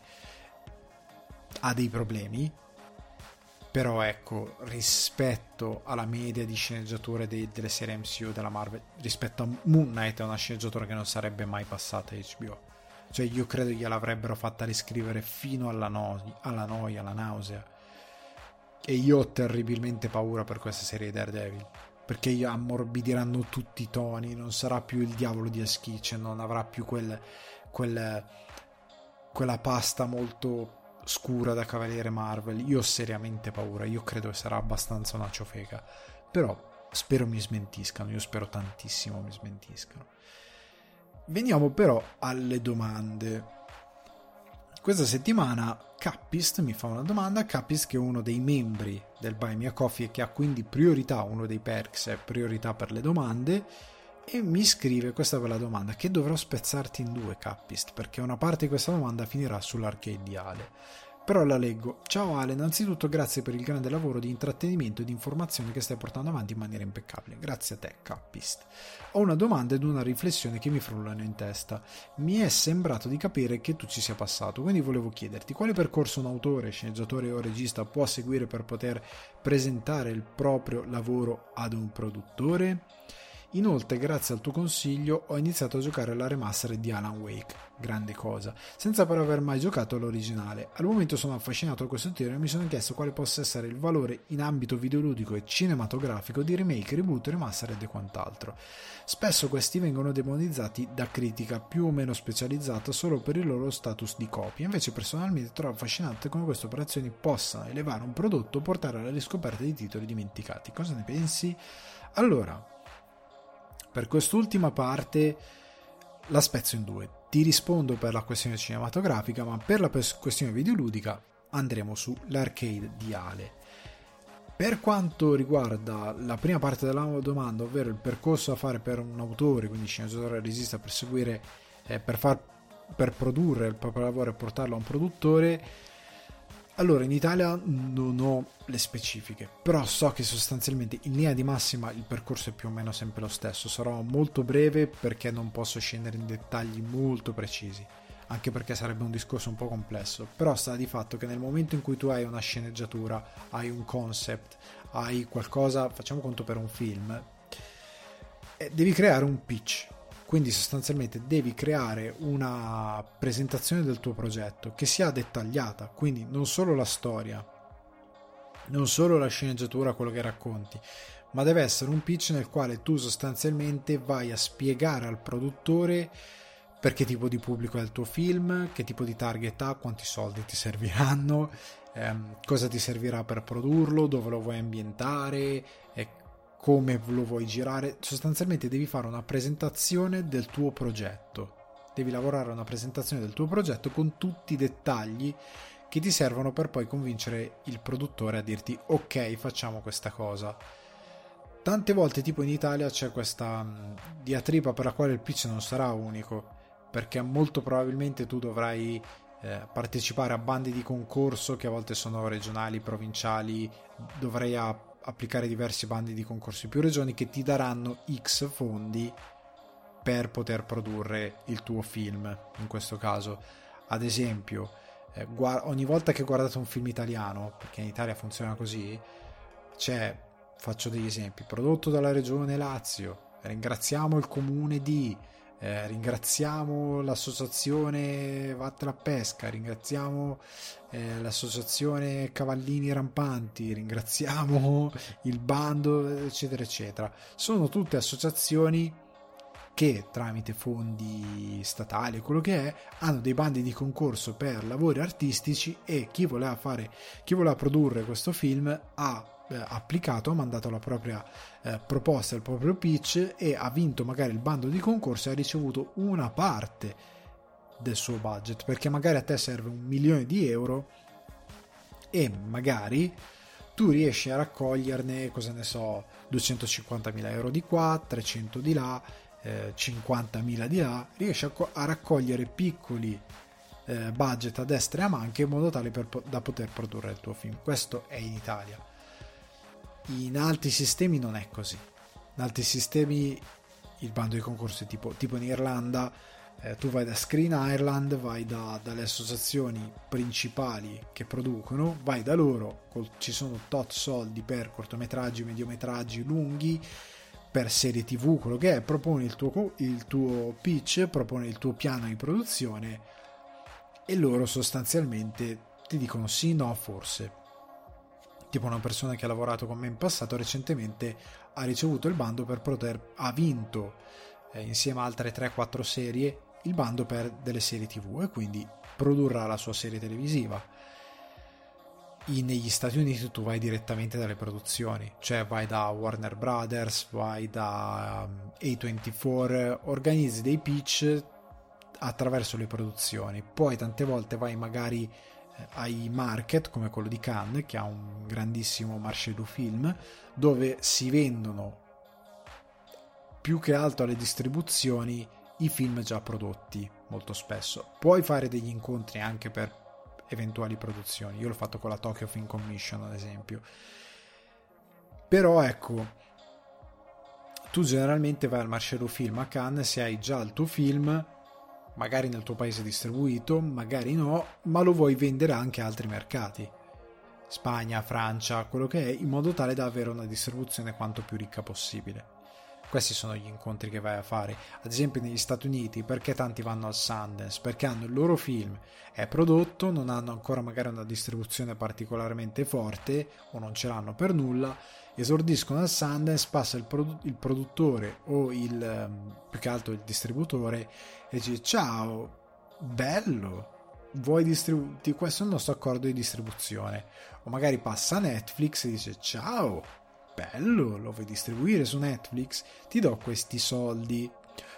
Ha dei problemi, però ecco, rispetto alla media di sceneggiature dei, delle serie M C U della Marvel, rispetto a Moon Knight, è una sceneggiatura che non sarebbe mai passata a H B O, cioè io credo gliel'avrebbero fatta riscrivere fino alla, no- alla noia, alla nausea. E io ho terribilmente paura per questa serie di Daredevil, perché io ammorbidiranno tutti i toni, non sarà più il diavolo di Askitch, non avrà più quel, quel, quella pasta molto scura da Cavaliere Marvel. Io ho seriamente paura, io credo che sarà abbastanza una ciofeca, però spero mi smentiscano, io spero tantissimo mi smentiscano. Veniamo però alle domande. Questa settimana Cappist mi fa una domanda. Cappist, che è uno dei membri del Buy Me a Coffee e che ha quindi priorità, uno dei perks è priorità per le domande, e mi scrive questa bella domanda che dovrò spezzarti in due, Cappist, perché una parte di questa domanda finirà sull'arcade di Ale, però la leggo. Ciao Ale, innanzitutto grazie per il grande lavoro di intrattenimento e di informazione che stai portando avanti in maniera impeccabile. Grazie a te, Cappist. Ho una domanda ed una riflessione che mi frullano in testa. Mi è sembrato di capire che tu ci sia passato, quindi volevo chiederti quale percorso un autore, sceneggiatore o regista può seguire per poter presentare il proprio lavoro ad un produttore? Inoltre, grazie al tuo consiglio, ho iniziato a giocare alla remaster di Alan Wake, grande cosa, senza però aver mai giocato all'originale. Al momento sono affascinato da questo titolo e mi sono chiesto quale possa essere il valore in ambito videoludico e cinematografico di remake, reboot, remastered e quant'altro. Spesso questi vengono demonizzati da critica più o meno specializzata solo per il loro status di copia, invece personalmente trovo affascinante come queste operazioni possano elevare un prodotto o portare alla riscoperta di titoli dimenticati. Cosa ne pensi? Allora, per quest'ultima parte la spezzo in due. Ti rispondo per la questione cinematografica, ma per la questione videoludica andremo sull'arcade di Ale. Per quanto riguarda la prima parte della domanda, ovvero il percorso da fare per un autore, quindi sceneggiatore regista, per seguire, eh, per, far, per produrre il proprio lavoro e portarlo a un produttore, allora in Italia non ho le specifiche, però so che sostanzialmente in linea di massima il percorso è più o meno sempre lo stesso. Sarò molto breve perché non posso scendere in dettagli molto precisi, anche perché sarebbe un discorso un po' complesso, però sta di fatto che nel momento in cui tu hai una sceneggiatura, hai un concept, hai qualcosa, facciamo conto per un film, eh, devi creare un pitch, quindi sostanzialmente devi creare una presentazione del tuo progetto che sia dettagliata, quindi non solo la storia, non solo la sceneggiatura, quello che racconti, ma deve essere un pitch nel quale tu sostanzialmente vai a spiegare al produttore per che tipo di pubblico è il tuo film, che tipo di target ha, quanti soldi ti serviranno, ehm, cosa ti servirà per produrlo, dove lo vuoi ambientare, e come lo vuoi girare. Sostanzialmente devi fare una presentazione del tuo progetto, devi lavorare a una presentazione del tuo progetto con tutti i dettagli che ti servono per poi convincere il produttore a dirti ok, facciamo questa cosa. Tante volte, tipo in Italia, c'è questa diatriba per la quale il pitch non sarà unico, perché molto probabilmente tu dovrai eh, partecipare a bandi di concorso che a volte sono regionali, provinciali, dovrai a, applicare diversi bandi di concorso in più regioni che ti daranno X fondi per poter produrre il tuo film. In questo caso, ad esempio, eh, guard- ogni volta che guardate un film italiano, perché in Italia funziona così, c'è, faccio degli esempi, prodotto dalla regione Lazio, ringraziamo il comune di... Eh, ringraziamo l'associazione Vattene a Pesca, ringraziamo eh, l'associazione Cavallini Rampanti, ringraziamo il bando, eccetera eccetera. Sono tutte associazioni che tramite fondi statali, quello che è, hanno dei bandi di concorso per lavori artistici, e chi voleva fare, chi voleva produrre questo film ha Eh, applicato, ha mandato la propria eh, proposta, il proprio pitch, e ha vinto magari il bando di concorso e ha ricevuto una parte del suo budget, perché magari a te serve un milione di euro e magari tu riesci a raccoglierne, cosa ne so, duecentocinquantamila euro di qua, trecento di là, eh, cinquantamila di là, riesci a, a raccogliere piccoli eh, budget a destra e a manca in modo tale per, da poter produrre il tuo film. Questo è in Italia. In altri sistemi non è così. In altri sistemi il bando di concorso è tipo, tipo in Irlanda, eh, tu vai da Screen Ireland, vai da, dalle associazioni principali che producono, vai da loro, col, ci sono tot soldi per cortometraggi, mediometraggi, lunghi, per serie tv, quello che è, proponi il tuo, il tuo pitch, proponi il tuo piano di produzione e loro sostanzialmente ti dicono sì, no, forse. Tipo una persona che ha lavorato con me in passato recentemente ha ricevuto il bando per poter, ha vinto eh, insieme a altre tre quattro serie il bando per delle serie tv, e quindi produrrà la sua serie televisiva. In, negli Stati Uniti tu vai direttamente dalle produzioni, cioè vai da Warner Brothers, vai da um, A ventiquattro, organizzi dei pitch attraverso le produzioni, poi tante volte vai magari ai market come quello di Cannes, che ha un grandissimo marché du film, dove si vendono più che altro alle distribuzioni i film già prodotti. Molto spesso puoi fare degli incontri anche per eventuali produzioni, io l'ho fatto con la Tokyo Film Commission ad esempio, però ecco, tu generalmente vai al marché du film a Cannes se hai già il tuo film magari nel tuo paese distribuito, magari no, ma lo vuoi vendere anche a altri mercati, Spagna, Francia, quello che è, in modo tale da avere una distribuzione quanto più ricca possibile. Questi sono gli incontri che vai a fare. Ad esempio negli Stati Uniti, perché tanti vanno al Sundance? Perché hanno il loro film, è prodotto, non hanno ancora magari una distribuzione particolarmente forte o non ce l'hanno per nulla, esordiscono al Sundance, passa il, produ- il produttore o il più che altro il distributore e dice ciao, bello, vuoi distribuire, questo è il nostro accordo di distribuzione. O magari passa a Netflix e dice ciao, bello, lo vuoi distribuire su Netflix, ti do questi soldi.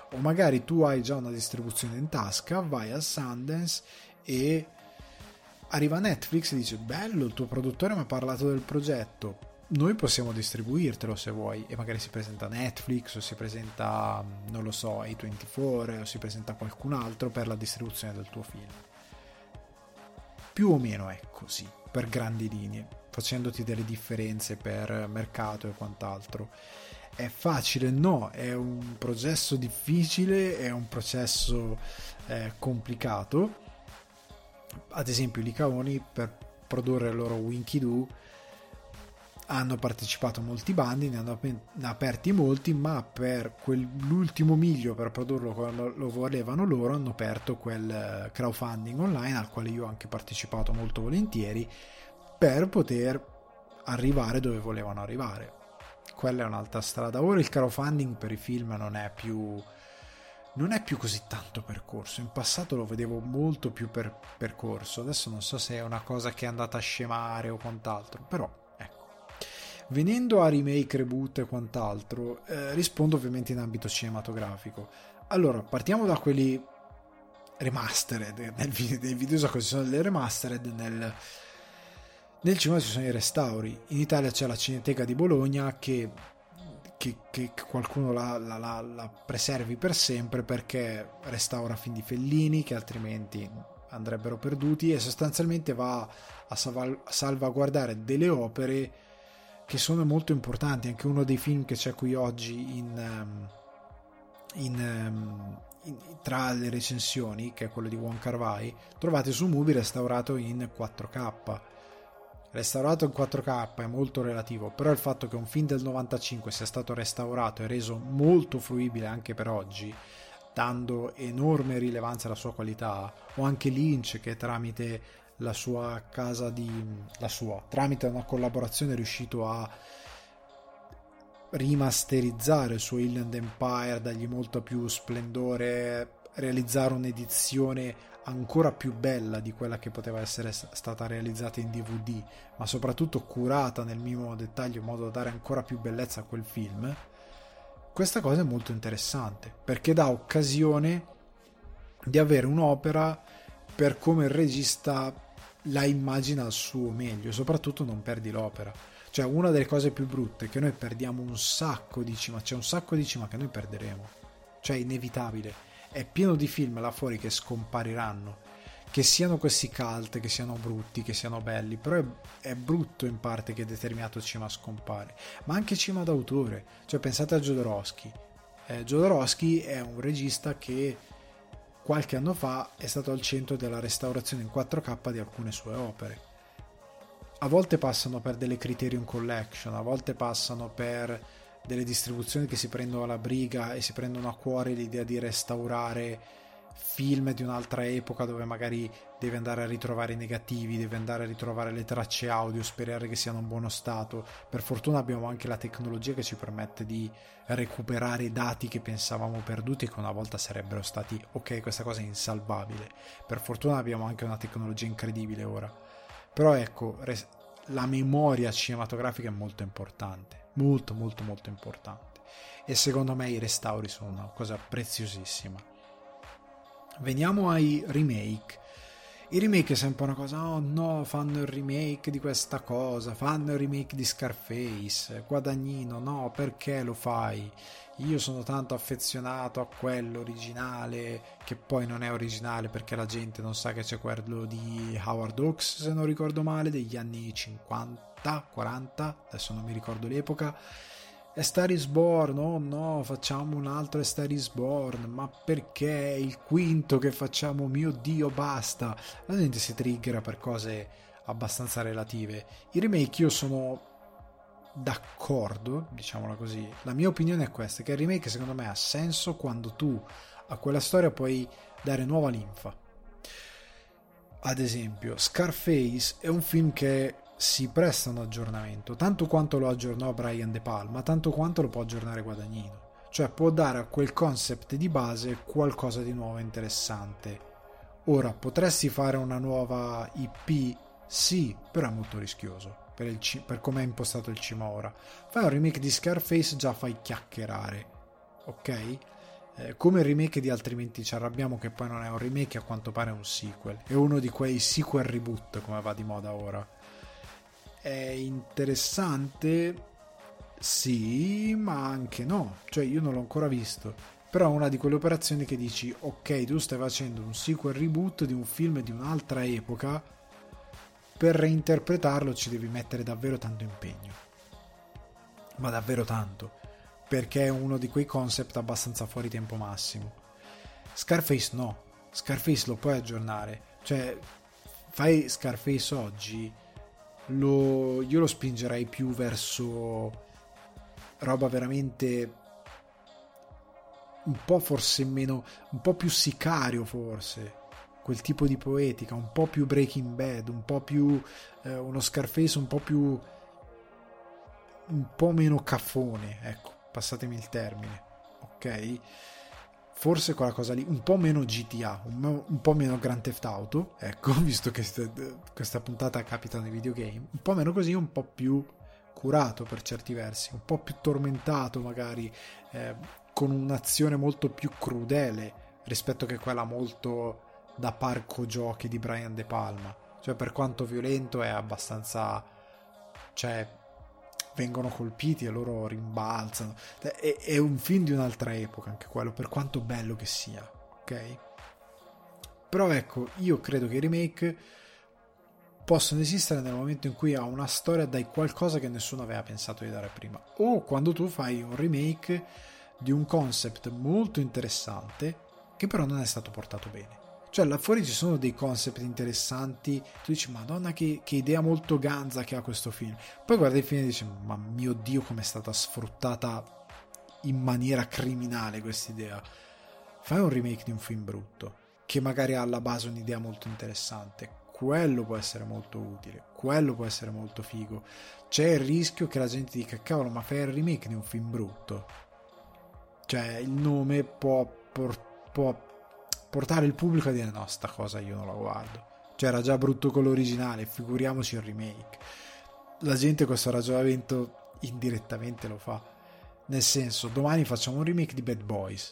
O magari tu hai già una distribuzione in tasca, vai a Sundance e arriva Netflix e dice bello, il tuo produttore mi ha parlato del progetto, noi possiamo distribuirtelo se vuoi, e magari si presenta Netflix o si presenta, non lo so, A ventiquattro o si presenta qualcun altro per la distribuzione del tuo film. Più o meno è così, per grandi linee, facendoti delle differenze per mercato e quant'altro. È facile? No, è un processo difficile, è un processo eh, complicato. Ad esempio i Licaoni, per produrre il loro Winky Doo, hanno partecipato a molti bandi, ne hanno aperti molti, ma per quell'ultimo miglio, per produrlo come lo volevano loro, hanno aperto quel crowdfunding online al quale io ho anche partecipato molto volentieri, per poter arrivare dove volevano arrivare. Quella è un'altra strada. Ora il crowdfunding per i film non è più non è più così tanto percorso. In passato lo vedevo molto più per percorso, adesso non so se è una cosa che è andata a scemare o quant'altro, però ecco. Venendo a remake, reboot e quant'altro, eh, rispondo ovviamente in ambito cinematografico. Allora, partiamo da quelli remastered. Nel, nel videogioco ci sono delle remastered, nel Nel cinema ci sono i restauri. In Italia c'è la Cineteca di Bologna che, che, che qualcuno la, la, la, la preservi per sempre, perché restaura film di Fellini che altrimenti andrebbero perduti, e sostanzialmente va a, salv- a salvaguardare delle opere che sono molto importanti. Anche uno dei film che c'è qui oggi in, in, in, tra le recensioni, che è quello di Wong Kar-wai, trovate su Mubi restaurato in quattro K. Restaurato in quattro K è molto relativo, però il fatto che un film del novantacinque sia stato restaurato e reso molto fruibile anche per oggi, dando enorme rilevanza alla sua qualità, o anche Lynch che tramite la sua casa di la sua tramite una collaborazione è riuscito a rimasterizzare il suo Inland Empire, dargli molto più splendore, realizzare un'edizione ancora più bella di quella che poteva essere stata realizzata in D V D, ma soprattutto curata nel minimo dettaglio in modo da dare ancora più bellezza a quel film. Questa cosa è molto interessante perché dà occasione di avere un'opera per come il regista la immagina al suo meglio, e soprattutto non perdi l'opera. Cioè, una delle cose più brutte è che noi perdiamo un sacco di cinema, c'è un sacco di cinema che noi perderemo, cioè è inevitabile. È pieno di film là fuori che scompariranno, che siano questi cult, che siano brutti, che siano belli, però è, è brutto in parte che determinato cinema scompare, ma anche cinema d'autore. Cioè pensate a Jodorowsky. eh, Jodorowsky è un regista che qualche anno fa è stato al centro della restaurazione in quattro K di alcune sue opere. A volte passano per delle Criterion Collection, a volte passano per delle distribuzioni che si prendono alla briga e si prendono a cuore l'idea di restaurare film di un'altra epoca, dove magari deve andare a ritrovare i negativi, deve andare a ritrovare le tracce audio, sperare che siano in buono stato. Per fortuna abbiamo anche la tecnologia che ci permette di recuperare i dati che pensavamo perduti e che una volta sarebbero stati ok, questa cosa è insalvabile. Per fortuna abbiamo anche una tecnologia incredibile ora, però ecco, res- la memoria cinematografica è molto importante, molto molto molto importante, e secondo me i restauri sono una cosa preziosissima. Veniamo ai remake. I remake è sempre una cosa, oh no, fanno il remake di questa cosa, fanno il remake di Scarface, Guadagnino, no, perché lo fai? Io sono tanto affezionato a quello originale, che poi non è originale perché la gente non sa che c'è quello di Howard Hawks, se non ricordo male, degli anni cinquanta, quaranta, adesso non mi ricordo l'epoca. A Star is Born, oh no, facciamo un altro A Star is Born, ma perché è il quinto che facciamo, mio Dio, basta. La gente si triggera per cose abbastanza relative. I remake io sono d'accordo, diciamola così. La mia opinione è questa, che il remake secondo me ha senso quando tu a quella storia puoi dare nuova linfa. Ad esempio, Scarface è un film che si presta un aggiornamento, tanto quanto lo aggiornò Brian De Palma, tanto quanto lo può aggiornare Guadagnino. Cioè può dare a quel concept di base qualcosa di nuovo e interessante. Ora, potresti fare una nuova I P? Sì, però è molto rischioso per, il c- per come è impostato il cinema ora. Fai un remake di Scarface, già fai chiacchierare, ok? eh, come il remake di Altrimenti ci arrabbiamo, che poi non è un remake, a quanto pare è un sequel, è uno di quei sequel reboot come va di moda ora. È interessante, sì, ma anche no, cioè io non l'ho ancora visto, però è una di quelle operazioni che dici ok, tu stai facendo un sequel reboot di un film di un'altra epoca, per reinterpretarlo ci devi mettere davvero tanto impegno, ma davvero tanto, perché è uno di quei concept abbastanza fuori tempo massimo. Scarface no, Scarface lo puoi aggiornare, cioè fai Scarface oggi, lo, io lo spingerei più verso roba veramente un po' forse meno, un po' più Sicario forse, quel tipo di poetica, un po' più Breaking Bad, un po' più eh, uno Scarface un po' più un po' meno caffone, ecco, passatemi il termine, ok? Forse quella cosa lì, un po' meno G T A, un, un po' meno Grand Theft Auto, ecco, visto che st- questa puntata capita nei videogame, un po' meno così, un po' più curato per certi versi, un po' più tormentato magari, eh, con un'azione molto più crudele rispetto che quella molto da parco giochi di Brian De Palma, cioè per quanto violento è abbastanza, cioè vengono colpiti e loro rimbalzano, è, è un film di un'altra epoca anche quello, per quanto bello che sia, ok? Però ecco, io credo che i remake possono esistere nel momento in cui ha una storia, dai qualcosa che nessuno aveva pensato di dare prima, o quando tu fai un remake di un concept molto interessante che però non è stato portato bene. Cioè là fuori ci sono dei concept interessanti, tu dici madonna che, che idea molto ganza che ha questo film, poi guardi il film e dici ma mio Dio come è stata sfruttata in maniera criminale questa idea. Fai un remake di un film brutto che magari ha alla base un'idea molto interessante, quello può essere molto utile, quello può essere molto figo. C'è il rischio che la gente dica cavolo, ma fai il remake di un film brutto, cioè il nome può, por- può portare il pubblico a dire no, sta cosa io non la guardo, cioè era già brutto con l'originale, figuriamoci il remake. La gente questo ragionamento indirettamente lo fa, nel senso, domani facciamo un remake di Bad Boys,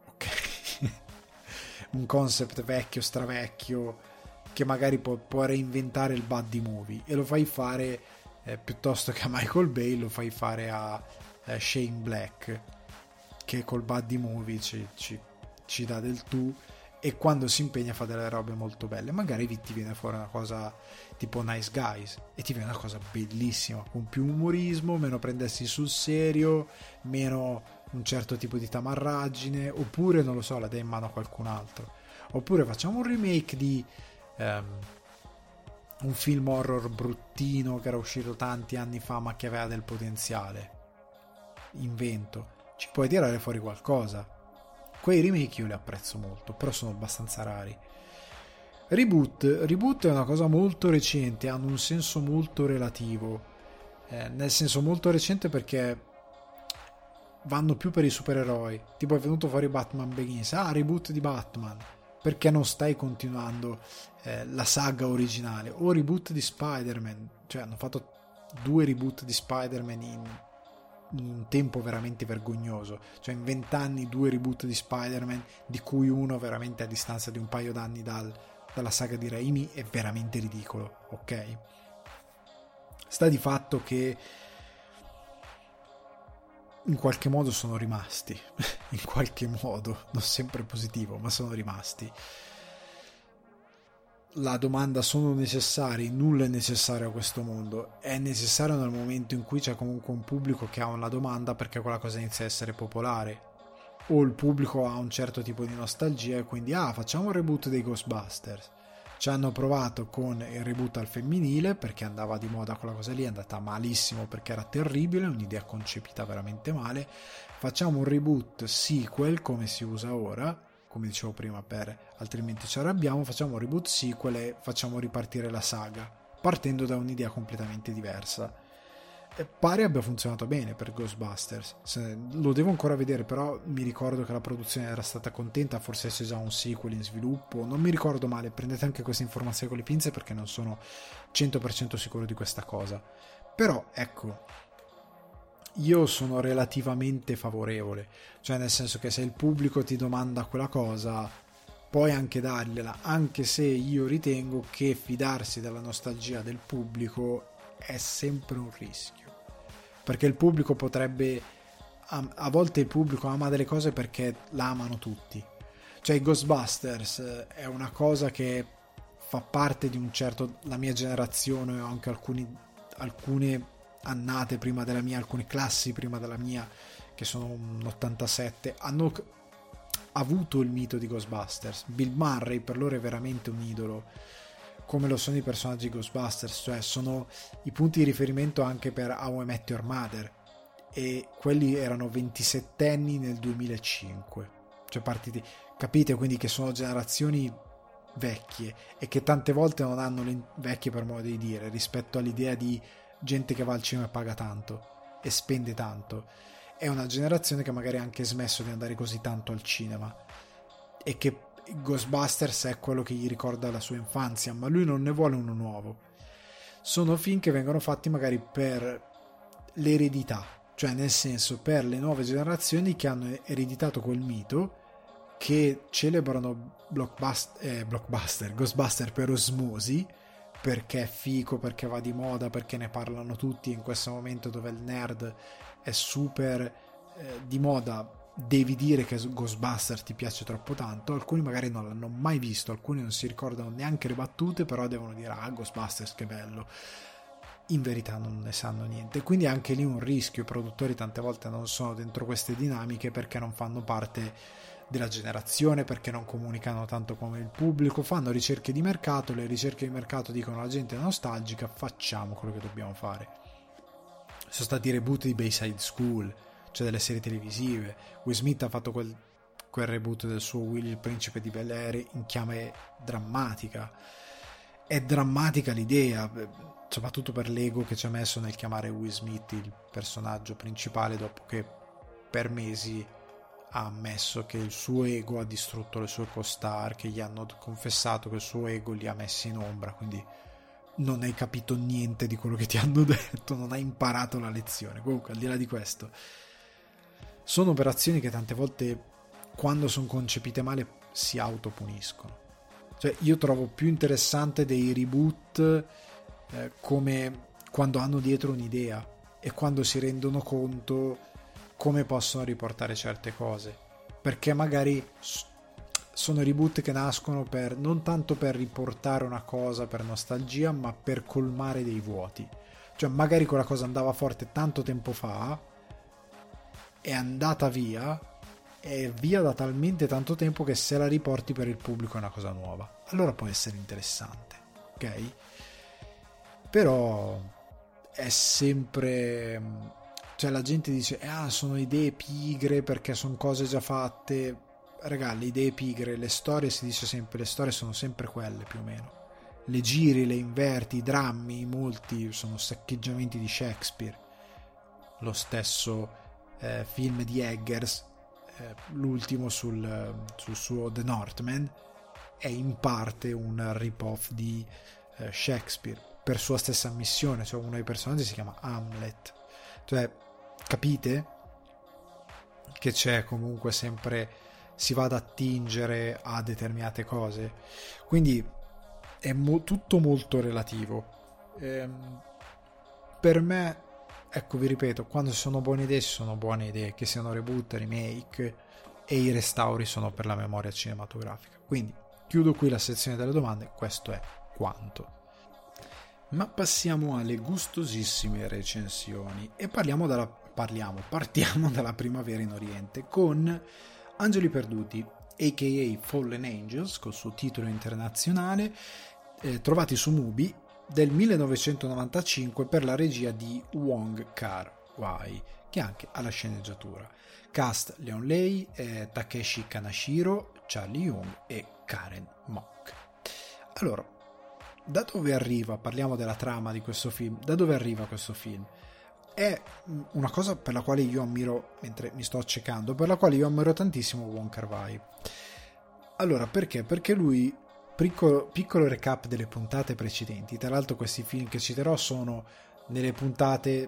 ok? Un concept vecchio, stravecchio, che magari può, può reinventare il buddy movie, e lo fai fare eh, piuttosto che a Michael Bay lo fai fare a eh, Shane Black, che col buddy movie ci, ci, ci dà del tu, e quando si impegna fa delle robe molto belle, magari ti viene fuori una cosa tipo Nice Guys e ti viene una cosa bellissima, con più umorismo, meno prendersi sul serio, meno un certo tipo di tamarraggine, oppure non lo so, la dai in mano a qualcun altro, oppure facciamo un remake di um, un film horror bruttino che era uscito tanti anni fa ma che aveva del potenziale, invento, ci puoi tirare fuori qualcosa. Quei remake io li apprezzo molto, però sono abbastanza rari. Reboot, reboot è una cosa molto recente, hanno un senso molto relativo, eh, nel senso molto recente perché vanno più per i supereroi, tipo è venuto fuori Batman Begins, ah, reboot di Batman, perché non stai continuando eh, la saga originale, o reboot di Spider-Man, cioè hanno fatto due reboot di Spider-Man in un tempo veramente vergognoso, cioè in vent'anni due reboot di Spider-Man, di cui uno veramente a distanza di un paio d'anni dal, dalla saga di Raimi, è veramente ridicolo, ok? Sta di fatto che in qualche modo sono rimasti in qualche modo, non sempre positivo, ma sono rimasti. La domanda: sono necessari? Nulla è necessario a questo mondo, è necessario nel momento in cui c'è comunque un pubblico che ha una domanda, perché quella cosa inizia a essere popolare, o il pubblico ha un certo tipo di nostalgia e quindi ah, facciamo un reboot dei Ghostbusters. Ci hanno provato con il reboot al femminile perché andava di moda quella cosa lì, è andata malissimo perché era terribile, un'idea concepita veramente male. Facciamo un reboot sequel come si usa ora, come dicevo prima, per Altrimenti ci arrabbiamo, facciamo un reboot sequel e facciamo ripartire la saga partendo da un'idea completamente diversa. E pare abbia funzionato bene per Ghostbusters. Se, lo devo ancora vedere, però mi ricordo che la produzione era stata contenta, forse c'è già un sequel in sviluppo, non mi ricordo male, prendete anche queste informazioni con le pinze perché non sono cento per cento sicuro di questa cosa. Però ecco, io sono relativamente favorevole, cioè nel senso che se il pubblico ti domanda quella cosa puoi anche dargliela, anche se io ritengo che fidarsi della nostalgia del pubblico è sempre un rischio, perché il pubblico potrebbe, a, a volte il pubblico ama delle cose perché la amano tutti, cioè i Ghostbusters è una cosa che fa parte di un certo, la mia generazione o anche alcuni, alcune annate prima della mia, alcune classi prima della mia, che sono un ottantasette, hanno avuto il mito di Ghostbusters. Bill Murray per loro è veramente un idolo, come lo sono i personaggi Ghostbusters, cioè sono i punti di riferimento anche per How I Met Your Mother, e quelli erano ventisettenni nel duemilacinque, cioè partiti, capite, quindi che sono generazioni vecchie e che tante volte non hanno le vecchie per modo di dire rispetto all'idea di gente che va al cinema e paga tanto e spende tanto. È una generazione che magari ha anche smesso di andare così tanto al cinema e che Ghostbusters è quello che gli ricorda la sua infanzia, ma lui non ne vuole uno nuovo. Sono film che vengono fatti magari per l'eredità, cioè nel senso per le nuove generazioni che hanno ereditato quel mito, che celebrano blockbuster, eh, blockbuster Ghostbuster per osmosi, perché è fico, perché va di moda, perché ne parlano tutti in questo momento dove il nerd è super eh, di moda, devi dire che Ghostbuster ti piace troppo tanto. Alcuni magari non l'hanno mai visto, alcuni non si ricordano neanche le battute, però devono dire ah, Ghostbusters che bello, in verità non ne sanno niente. Quindi anche lì un rischio, i produttori tante volte non sono dentro queste dinamiche perché non fanno parte della generazione, perché non comunicano tanto come il pubblico, fanno ricerche di mercato, le ricerche di mercato dicono la gente è nostalgica, facciamo quello che dobbiamo fare. Sono stati reboot di Bayside School, cioè delle serie televisive. Will Smith ha fatto quel, quel reboot del suo Willy il principe di Bel-Air in chiave drammatica. È drammatica l'idea, soprattutto per l'ego che ci ha messo nel chiamare Will Smith il personaggio principale, dopo che per mesi ha ammesso che il suo ego ha distrutto le sue co-star, che gli hanno confessato che il suo ego li ha messi in ombra. Quindi non hai capito niente di quello che ti hanno detto, non hai imparato la lezione. Comunque, al di là di questo, sono operazioni che tante volte, quando sono concepite male, si autopuniscono. Cioè, io trovo più interessante dei reboot eh, come quando hanno dietro un'idea e quando si rendono conto come possono riportare certe cose, perché magari sono reboot che nascono per non tanto per riportare una cosa per nostalgia, ma per colmare dei vuoti. Cioè magari quella cosa andava forte tanto tempo fa, è andata via, è via da talmente tanto tempo che se la riporti per il pubblico è una cosa nuova, allora può essere interessante, ok? Però è sempre, cioè la gente dice ah sono idee pigre perché sono cose già fatte. Raga, le idee pigre, le storie, si dice sempre, le storie sono sempre quelle più o meno, le giri, le inverti, i drammi, molti sono saccheggiamenti di Shakespeare. Lo stesso eh, film di Eggers, eh, l'ultimo sul, sul suo The Northman, è in parte un rip-off di eh, Shakespeare per sua stessa ammissione. Cioè uno dei personaggi si chiama Hamlet, cioè capite che c'è comunque sempre, si va ad attingere a determinate cose, quindi è mo- tutto molto relativo. Ehm, per me, ecco, vi ripeto, quando sono buone idee sono buone idee, che siano reboot, remake, e i restauri sono per la memoria cinematografica. Quindi chiudo qui la sezione delle domande, questo è quanto. Ma passiamo alle gustosissime recensioni e parliamo dalla parliamo partiamo dalla primavera in Oriente con Angeli Perduti, a k a. Fallen Angels, col suo titolo internazionale, eh, trovati su Mubi, del millenovecentonovantacinque, per la regia di Wong Kar-wai, che anche ha la sceneggiatura. Cast: Leon Lei, eh, Takeshi Kanashiro, Charlie Young e Karen Mok. Allora, da dove arriva, parliamo della trama di questo film, da dove arriva questo film? È una cosa per la quale io ammiro, mentre mi sto accecando, per la quale io ammiro tantissimo Wong Kar-wai. Allora, perché? Perché lui, piccolo, piccolo recap delle puntate precedenti, tra l'altro questi film che citerò sono nelle puntate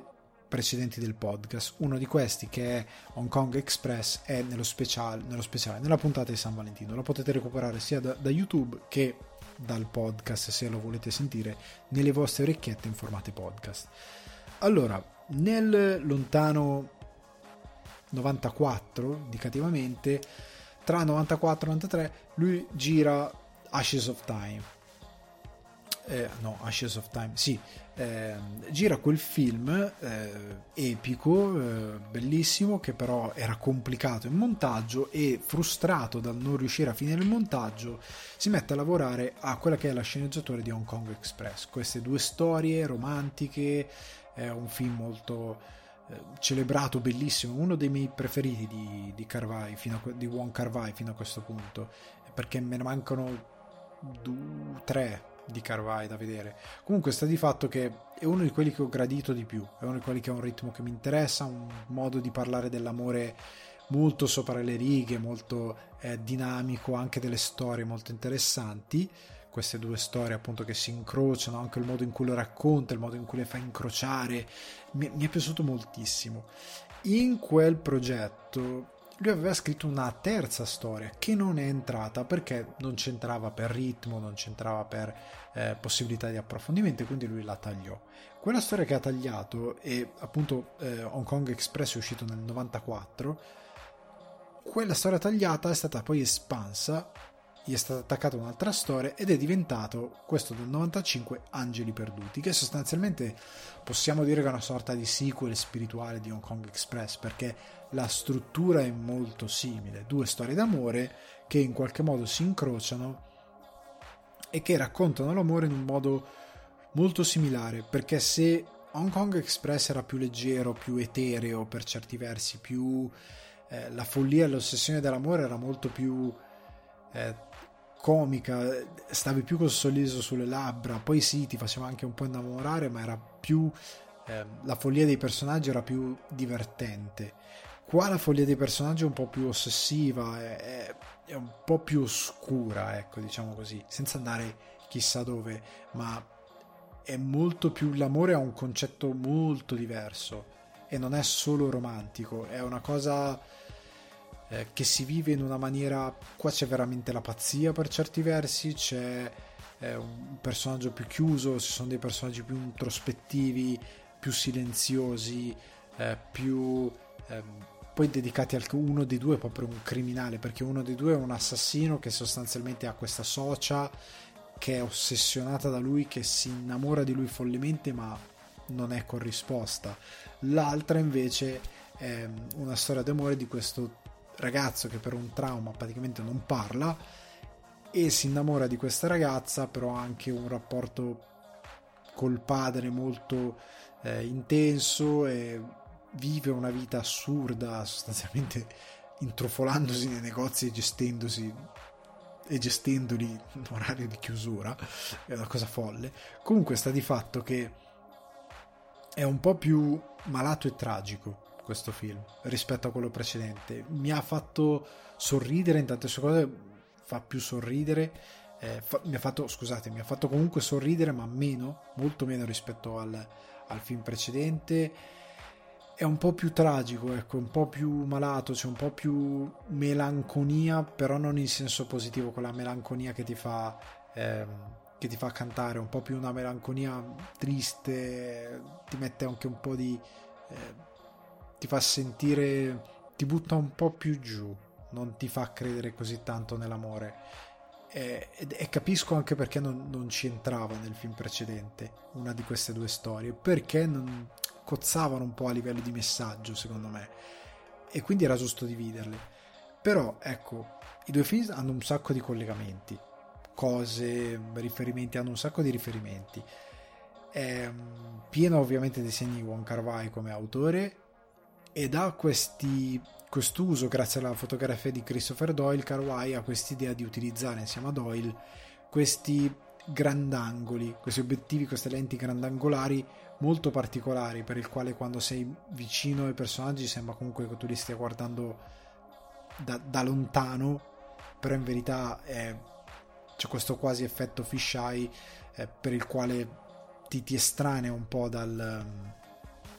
precedenti del podcast. Uno di questi, che è Hong Kong Express, è nello speciale, nello speciale nella puntata di San Valentino. Lo potete recuperare sia da, da YouTube che dal podcast, se lo volete sentire nelle vostre orecchiette in formato podcast. Allora, nel lontano novantaquattro, indicativamente, tra novantaquattro e novantatré, lui gira Ashes of Time. Eh, no, Ashes of Time, sì, eh, gira quel film eh, epico, eh, bellissimo, che però era complicato in montaggio, e frustrato dal non riuscire a finire il montaggio si mette a lavorare a quella che è la sceneggiatura di Hong Kong Express. Queste due storie romantiche, è un film molto eh, celebrato, bellissimo, uno dei miei preferiti di, di Kar-wai, fino a, di Wong Kar-wai fino a questo punto, perché me ne mancano due, tre di Kar-wai da vedere. Comunque sta di fatto che è uno di quelli che ho gradito di più, è uno di quelli che ha un ritmo che mi interessa, un modo di parlare dell'amore molto sopra le righe, molto eh, dinamico, anche delle storie molto interessanti, queste due storie appunto che si incrociano, anche il modo in cui lo racconta, il modo in cui le fa incrociare, mi, mi è piaciuto moltissimo. In quel progetto lui aveva scritto una terza storia che non è entrata perché non c'entrava per ritmo, non c'entrava per eh, possibilità di approfondimento, e quindi lui la tagliò. Quella storia che ha tagliato, e appunto eh, Hong Kong Express è uscito nel novantaquattro, quella storia tagliata è stata poi espansa, gli è stata attaccata un'altra storia ed è diventato, questo del novantacinque, Angeli Perduti, che sostanzialmente possiamo dire che è una sorta di sequel spirituale di Hong Kong Express, perché la struttura è molto simile, due storie d'amore che in qualche modo si incrociano e che raccontano l'amore in un modo molto similare, perché se Hong Kong Express era più leggero, più etereo per certi versi, più eh, la follia e l'ossessione dell'amore era molto più eh, comica, stavi più col sorriso sulle labbra, poi sì, ti faceva anche un po' innamorare, ma era più eh, la follia dei personaggi era più divertente. Qua la follia dei personaggi è un po' più ossessiva, è, è un po' più oscura, ecco, diciamo così, senza andare chissà dove, ma è molto più, l'amore ha un concetto molto diverso e non è solo romantico, è una cosa eh, che si vive in una maniera, qua c'è veramente la pazzia per certi versi, c'è eh, un personaggio più chiuso, ci sono dei personaggi più introspettivi, più silenziosi, eh, più eh, poi dedicati a uno dei due è proprio un criminale, perché uno dei due è un assassino che sostanzialmente ha questa socia che è ossessionata da lui, che si innamora di lui follemente ma non è corrisposta. L'altra invece è una storia d'amore di questo ragazzo che per un trauma praticamente non parla e si innamora di questa ragazza, però ha anche un rapporto col padre molto eh, intenso, e vive una vita assurda, sostanzialmente intrufolandosi nei negozi e gestendosi e gestendoli in orario di chiusura, è una cosa folle. Comunque sta di fatto che è un po' più malato e tragico questo film rispetto a quello precedente. Mi ha fatto sorridere in tante sue cose, fa più sorridere, eh, fa, mi ha fatto, scusate, mi ha fatto comunque sorridere, ma meno, molto meno rispetto al, al film precedente. È un po' più tragico, ecco, un po' più malato, c'è un po' più melanconia, però non in senso positivo, quella melanconia che ti fa ehm, che ti fa cantare, un po' più una melanconia triste, ti mette anche un po' di eh, ti fa sentire, ti butta un po' più giù, non ti fa credere così tanto nell'amore, e, e capisco anche perché non, non ci entrava nel film precedente una di queste due storie, perché non cozzavano un po' a livello di messaggio, secondo me, e quindi era giusto dividerli. Però ecco, i due film hanno un sacco di collegamenti, cose, riferimenti, hanno un sacco di riferimenti, è pieno ovviamente di segni Wong Kar-wai come autore, ed ha questi quest'uso, grazie alla fotografia di Christopher Doyle. Kar-wai ha quest'idea di utilizzare insieme a Doyle questi grandangoli, questi obiettivi, queste lenti grandangolari molto particolari, per il quale quando sei vicino ai personaggi sembra comunque che tu li stia guardando da, da lontano, però in verità è, c'è questo quasi effetto fisheye eh, per il quale ti, ti estranea un po' dal,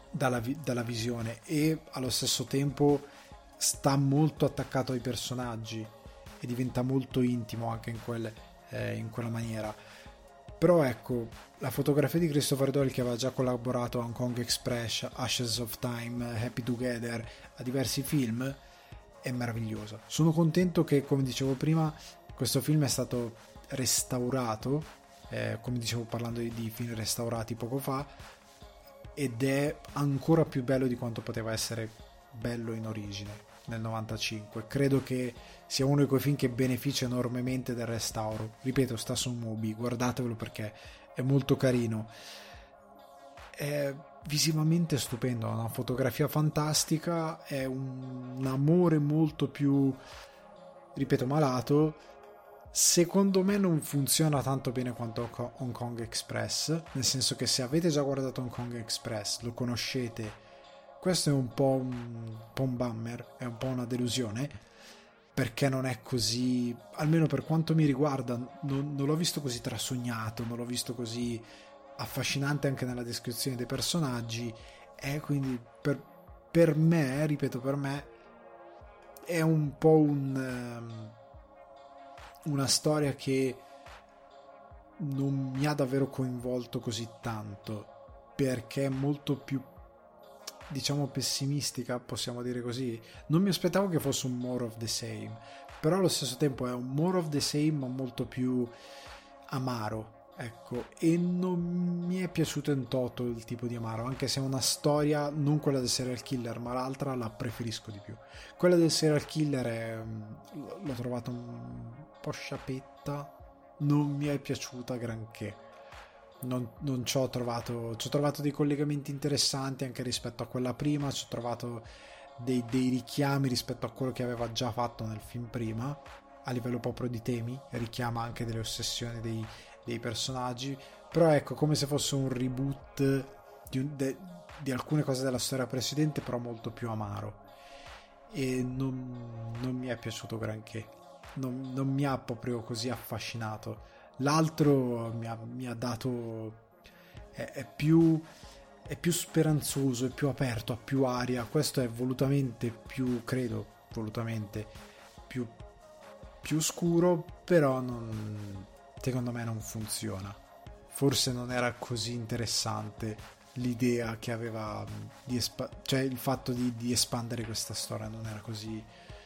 dalla, dalla visione, e allo stesso tempo sta molto attaccato ai personaggi e diventa molto intimo anche in, quel, eh, in quella maniera. Però ecco, la fotografia di Christopher Doyle, che aveva già collaborato a Hong Kong Express, Ashes of Time, Happy Together, a diversi film, è meravigliosa. Sono contento che, come dicevo prima, questo film è stato restaurato, eh, come dicevo parlando di, di film restaurati poco fa, ed è ancora più bello di quanto poteva essere bello in origine nel novantacinque. Credo che sia uno di quei film che beneficia enormemente del restauro. Ripeto, sta su Mubi, guardatevelo perché è molto carino, è visivamente stupendo, ha una fotografia fantastica, è un, un amore molto più, ripeto, malato. Secondo me non funziona tanto bene quanto Hong Kong Express, nel senso che se avete già guardato Hong Kong Express, lo conoscete, questo è un po' un, un po' un bummer, è un po' una delusione, perché non è così, almeno per quanto mi riguarda, non, non l'ho visto così trasognato, non l'ho visto così affascinante anche nella descrizione dei personaggi, e quindi per, per me, ripeto, per me è un po' un... Um, una storia che non mi ha davvero coinvolto così tanto, perché è molto più, diciamo, pessimistica, possiamo dire così. Non mi aspettavo che fosse un more of the same, però allo stesso tempo è un more of the same ma molto più amaro, ecco, e non mi è piaciuto in toto il tipo di amaro, anche se è una storia, non quella del serial killer ma l'altra, la preferisco di più. Quella del serial killer è, l'ho trovato un po' sciapetta, non mi è piaciuta granché, non, non ci ho trovato ci ho trovato dei collegamenti interessanti anche rispetto a quella prima, ci ho trovato dei, dei richiami rispetto a quello che aveva già fatto nel film prima, a livello proprio di temi, richiama anche delle ossessioni dei, dei personaggi, però ecco, come se fosse un reboot di, un, de, di alcune cose della storia precedente, però molto più amaro, e non, non mi è piaciuto granché. Non, non mi ha proprio così affascinato. L'altro mi ha, mi ha dato è, è più è più speranzoso, è più aperto, ha più aria. Questo è volutamente più, credo volutamente più più scuro, però non, secondo me non funziona. Forse non era così interessante l'idea che aveva di espa- cioè il fatto di, di espandere questa storia non era così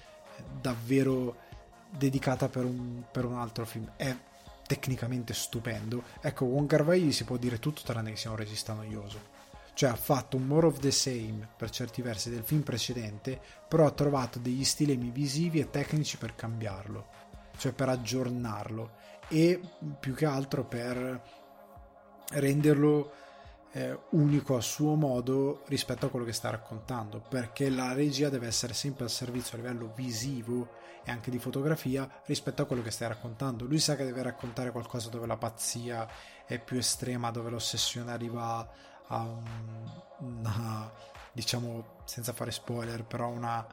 davvero dedicata per un, per un altro film. È tecnicamente stupendo. Ecco, Wong Kar-wai si può dire tutto tranne che sia un regista noioso, cioè ha fatto un more of the same per certi versi del film precedente, però ha trovato degli stilemi visivi e tecnici per cambiarlo, cioè per aggiornarlo, e più che altro per renderlo eh, unico a suo modo rispetto a quello che sta raccontando, perché la regia deve essere sempre al servizio a livello visivo e anche di fotografia rispetto a quello che stai raccontando. Lui sa che deve raccontare qualcosa dove la pazzia è più estrema, dove l'ossessione arriva a un, una, diciamo, senza fare spoiler, però una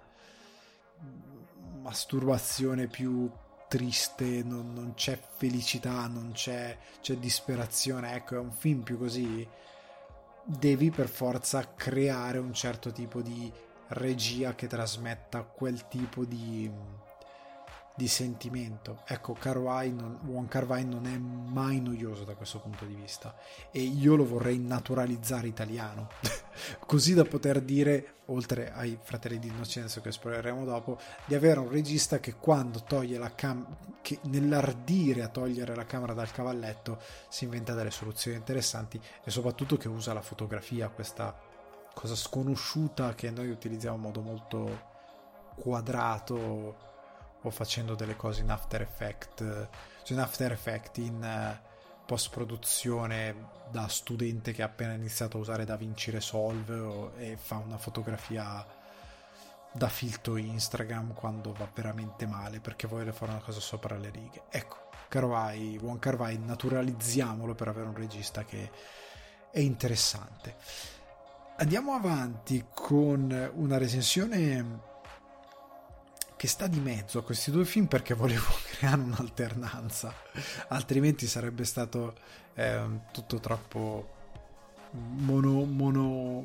masturbazione più triste, non, non c'è felicità, non c'è, c'è disperazione. Ecco, è un film più così. Devi per forza creare un certo tipo di regia che trasmetta quel tipo di di sentimento. Ecco, Kar-wai non, Wong Kar-wai non è mai noioso da questo punto di vista, e io lo vorrei naturalizzare italiano così da poter dire, oltre ai Fratelli di Innocenzo che esploreremo dopo, di avere un regista che quando toglie la cam che nell'ardire a togliere la camera dal cavalletto si inventa delle soluzioni interessanti, e soprattutto che usa la fotografia, questa cosa sconosciuta che noi utilizziamo in modo molto quadrato, o facendo delle cose in After Effects, cioè in After Effects in uh, post produzione, da studente che ha appena iniziato a usare DaVinci Resolve, o, e fa una fotografia da filtro Instagram quando va veramente male perché vuole fare una cosa sopra le righe. Ecco, Kar-wai, Wong Kar-wai, naturalizziamolo per avere un regista che è interessante. Andiamo avanti con una recensione che sta di mezzo a questi due film, perché volevo creare un'alternanza, altrimenti sarebbe stato eh, tutto troppo mono, mono, mono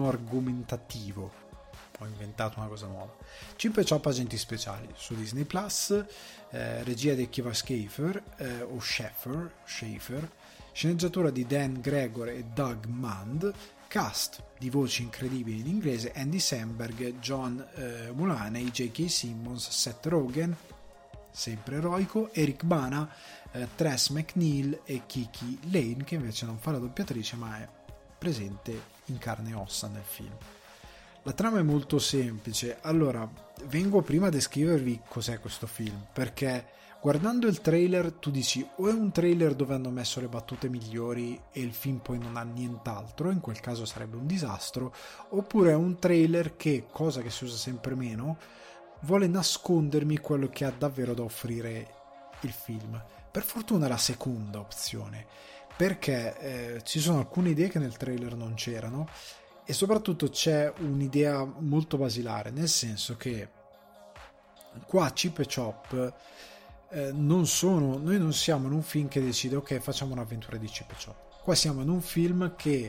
piano argomentativo. Ho inventato una cosa nuova. Chip e Chop Agenti Speciali su Disney Plus, eh, regia di Kiva Schaffer eh, o Schaffer, Schaffer, sceneggiatura di Dan Gregor e Doug Mund, cast di voci incredibili in inglese: Andy Samberg, John eh, Mulaney, J K. Simmons, Seth Rogen, sempre eroico, Eric Bana, eh, Tress MacNeille e Kiki Lane, che invece non fa la doppiatrice ma è presente in carne e ossa nel film. La trama è molto semplice. Allora, vengo prima a descrivervi cos'è questo film, perché guardando il trailer tu dici o è un trailer dove hanno messo le battute migliori e il film poi non ha nient'altro, in quel caso sarebbe un disastro, oppure è un trailer che, cosa che si usa sempre meno, vuole nascondermi quello che ha davvero da offrire il film. Per fortuna è la seconda opzione, perché eh, ci sono alcune idee che nel trailer non c'erano, e soprattutto c'è un'idea molto basilare, nel senso che qua Chip e Chop eh, non sono, noi non siamo in un film che decide ok, facciamo un'avventura di Chip e Chop. Qua siamo in un film che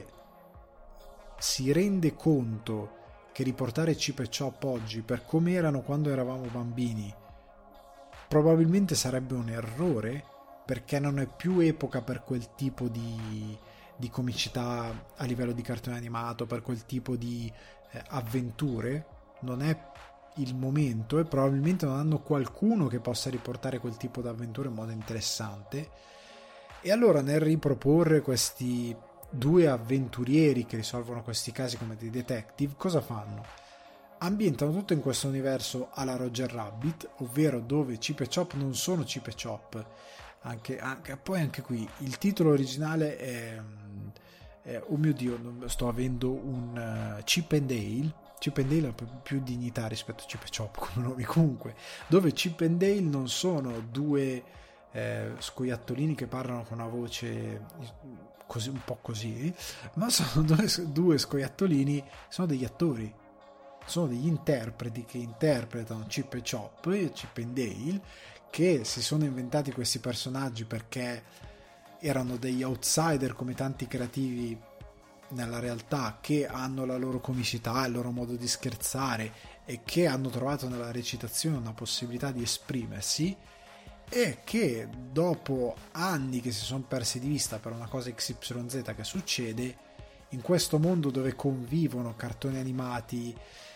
si rende conto che riportare Chip e Chop oggi per come erano quando eravamo bambini probabilmente sarebbe un errore, perché non è più epoca per quel tipo di di comicità a livello di cartone animato, per quel tipo di eh, avventure. Non è il momento e probabilmente non hanno qualcuno che possa riportare quel tipo di avventure in modo interessante. E allora nel riproporre questi due avventurieri che risolvono questi casi come dei detective, cosa fanno? Ambientano tutto in questo universo alla Roger Rabbit, ovvero dove Chip e Chop non sono Chip e Chop. Anche, anche, poi anche qui il titolo originale è, è oh mio dio, sto avendo un uh, Chip and Dale. Chip and Dale ha più, più dignità rispetto a Chip e Chop come nomi, comunque, dove Chip and Dale non sono due eh, scoiattolini che parlano con una voce così, un po' così, ma sono due, due scoiattolini, sono degli attori, sono degli interpreti che interpretano Chip e Chop e Chip and Dale, che si sono inventati questi personaggi perché erano degli outsider come tanti creativi nella realtà, che hanno la loro comicità, il loro modo di scherzare e che hanno trovato nella recitazione una possibilità di esprimersi, e che dopo anni che si sono persi di vista per una cosa X Y Z che succede in questo mondo dove convivono cartoni animati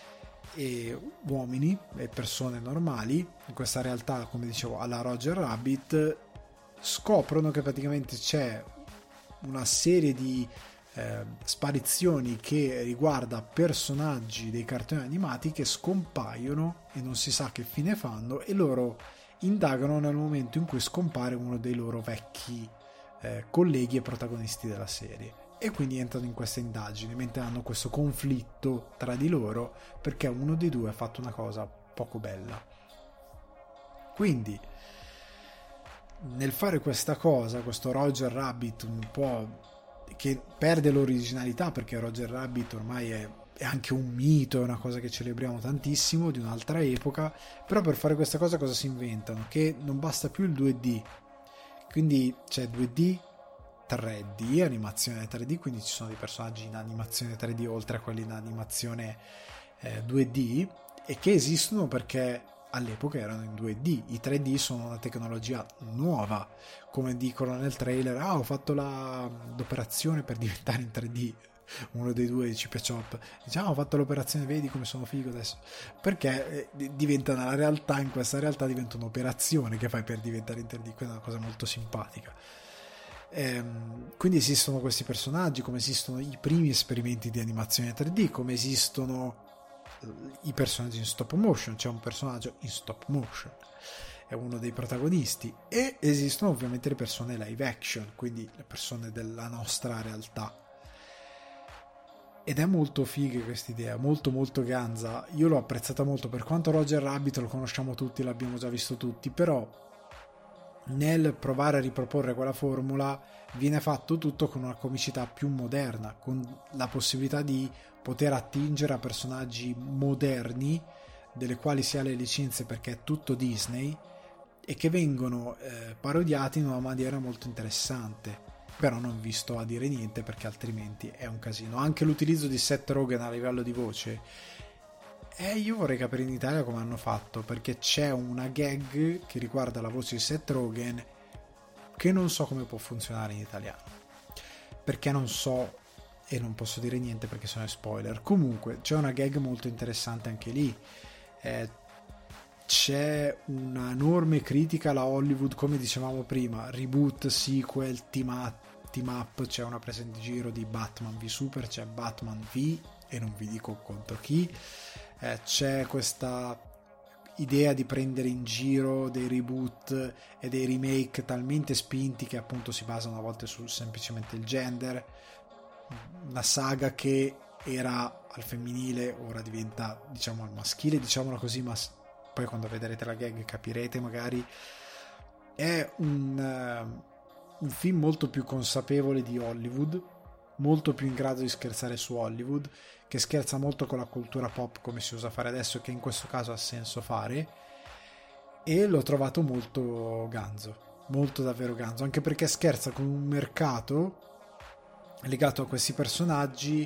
e uomini e persone normali, in questa realtà, come dicevo, alla Roger Rabbit, scoprono che praticamente c'è una serie di eh, sparizioni che riguarda personaggi dei cartoni animati che scompaiono e non si sa che fine fanno, e loro indagano nel momento in cui scompare uno dei loro vecchi eh, colleghi e protagonisti della serie. E quindi entrano in questa indagine mentre hanno questo conflitto tra di loro, perché uno dei due ha fatto una cosa poco bella. Quindi nel fare questa cosa, questo Roger Rabbit un po' che perde l'originalità, perché Roger Rabbit ormai è, è anche un mito, è una cosa che celebriamo tantissimo di un'altra epoca, però per fare questa cosa cosa si inventano? Che non basta più il due D, quindi c'è due D, tre D, animazione tre D, quindi ci sono dei personaggi in animazione tre D oltre a quelli in animazione eh, due D, e che esistono perché all'epoca erano in due D. I tre D sono una tecnologia nuova, come dicono nel trailer: ah, ho fatto la, l'operazione per diventare in tre D. Uno dei due di Chip e Chop dice: ah, ho fatto l'operazione, vedi come sono figo adesso, perché eh, diventa una realtà, in questa realtà diventa un'operazione che fai per diventare in tre D. Questa è una cosa molto simpatica. Ehm, quindi esistono questi personaggi, come esistono i primi esperimenti di animazione tre D, come esistono i personaggi in stop motion. C'è un personaggio in stop motion, è uno dei protagonisti, e esistono ovviamente le persone live action, quindi le persone della nostra realtà, ed è molto figa questa idea, molto molto ganza. Io l'ho apprezzata molto, per quanto Roger Rabbit lo conosciamo tutti, l'abbiamo già visto tutti, però nel provare a riproporre quella formula viene fatto tutto con una comicità più moderna, con la possibilità di poter attingere a personaggi moderni delle quali si ha le licenze perché è tutto Disney, e che vengono eh, parodiati in una maniera molto interessante. però non vi sto a dire niente perché altrimenti è un casino. Anche l'utilizzo di Seth Rogen a livello di voce, eh, io vorrei capire in Italia come hanno fatto, perché c'è una gag che riguarda la voce di Seth Rogen che non so come può funzionare in italiano, perché non so e non posso dire niente perché sono spoiler. Comunque c'è una gag molto interessante anche lì, eh, c'è una enorme critica alla Hollywood, come dicevamo prima, reboot, sequel, team up, team up. C'è una presa in giro di Batman v Super, c'è Batman V e non vi dico contro chi, eh, c'è questa idea di prendere in giro dei reboot e dei remake talmente spinti che appunto si basano a volte su semplicemente il gender. Una saga che era al femminile ora diventa, diciamo, al maschile, diciamola così, ma poi quando vedrete la gag capirete magari. È un, uh, un film molto più consapevole di Hollywood, molto più in grado di scherzare su Hollywood, che scherza molto con la cultura pop come si usa fare adesso, che in questo caso ha senso fare, e l'ho trovato molto ganzo, molto davvero ganzo, anche perché scherza con un mercato legato a questi personaggi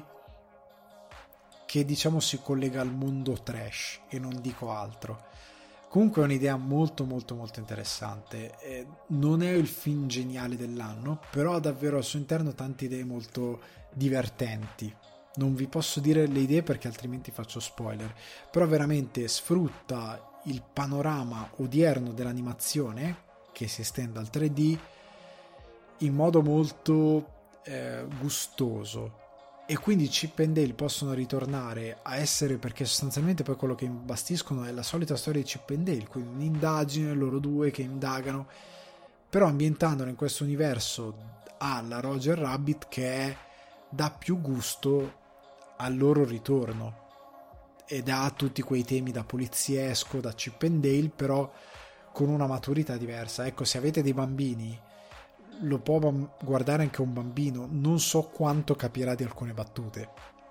che, diciamo, si collega al mondo trash e non dico altro. Comunque è un'idea molto molto molto interessante, eh, non è il film geniale dell'anno, però ha davvero al suo interno tante idee molto divertenti. Non vi posso dire le idee perché altrimenti faccio spoiler, però veramente sfrutta il panorama odierno dell'animazione che si estende al tre D in modo molto eh, gustoso, e quindi Chip and Dale possono ritornare a essere, perché sostanzialmente poi quello che imbastiscono è la solita storia di Chip and Dale, quindi un'indagine, loro due che indagano, però ambientandolo in questo universo alla Roger Rabbit, che è, dà più gusto al loro ritorno ed ha tutti quei temi da poliziesco, da Chip and Dale, però con una maturità diversa. Ecco, se avete dei bambini lo può guardare anche un bambino, non so quanto capirà di alcune battute,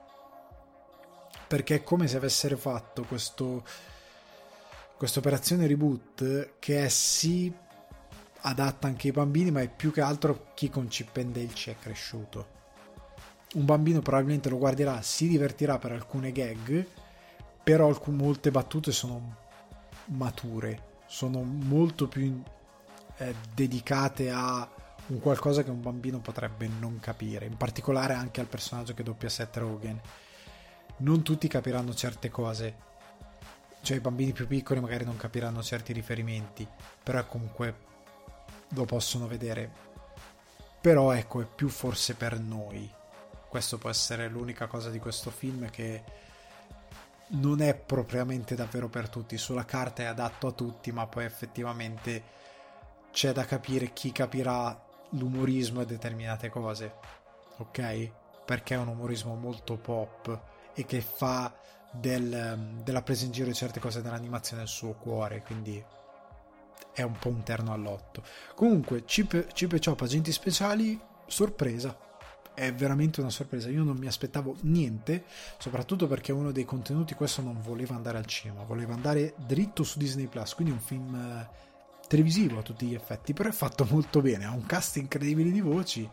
perché è come se avessero fatto questo questa operazione reboot che è sì adatta anche ai bambini, ma è più che altro chi con Chip and Dale ci è cresciuto. Un bambino probabilmente lo guarderà, si divertirà per alcune gag, però alcune, molte battute sono mature, sono molto più eh, dedicate a un qualcosa che un bambino potrebbe non capire, in particolare anche al personaggio che doppia Seth Rogen. Non tutti capiranno certe cose, cioè i bambini più piccoli magari non capiranno certi riferimenti, però comunque lo possono vedere. Però ecco, è più forse per noi. Questo può essere l'unica cosa di questo film, che non è propriamente davvero per tutti. Sulla carta è adatto a tutti, ma poi effettivamente c'è da capire chi capirà l'umorismo e determinate cose, ok? Perché è un umorismo molto pop e che fa del, della presa in giro di certe cose dell'animazione il suo cuore, quindi è un po' un terno all'otto. Comunque Chip, Chip e Chop Agenti Speciali, sorpresa, è veramente una sorpresa. Io non mi aspettavo niente, soprattutto perché uno dei contenuti, questo non voleva andare al cinema, voleva andare dritto su Disney Plus, quindi un film eh, televisivo a tutti gli effetti, però è fatto molto bene, ha un cast incredibile di voci.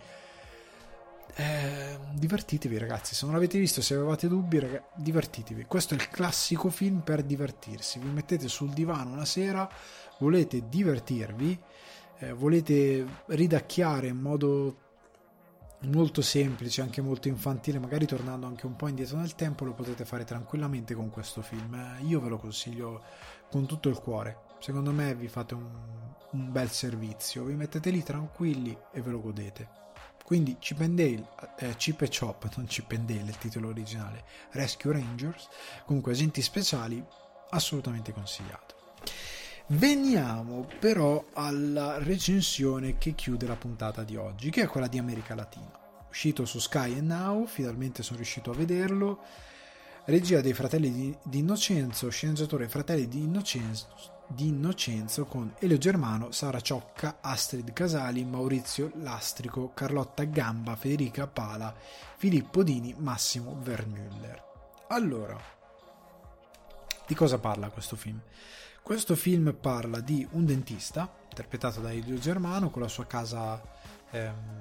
Eh, divertitevi ragazzi, se non l'avete visto, se avevate dubbi, ragazzi, divertitevi. Questo è il classico film per divertirsi. Vi mettete sul divano una sera, volete divertirvi, eh, volete ridacchiare in modo molto semplice, anche molto infantile, magari tornando anche un po' indietro nel tempo, lo potete fare tranquillamente con questo film. Eh, io ve lo consiglio con tutto il cuore. Secondo me vi fate un, un bel servizio, vi mettete lì tranquilli e ve lo godete. Quindi Chip and Dale, eh, Chip e Chop, non Chip and Dale il titolo originale, Rescue Rangers, comunque Agenti Speciali, assolutamente consigliato. Veniamo però alla recensione che chiude la puntata di oggi, che è quella di America Latina. Uscito su Sky and Now, finalmente sono riuscito a vederlo. Regia dei fratelli di, di Innocenzo, sceneggiatore fratelli di Innocenzo, di Innocenzo con Elio Germano, Sara Ciocca, Astrid Casali, Maurizio Lastrico, Carlotta Gamba, Federica Pala, Filippo Dini, Massimo Vermüller. Allora, di cosa parla questo film? Questo film parla di un dentista interpretato da Elio Germano con la sua casa ehm,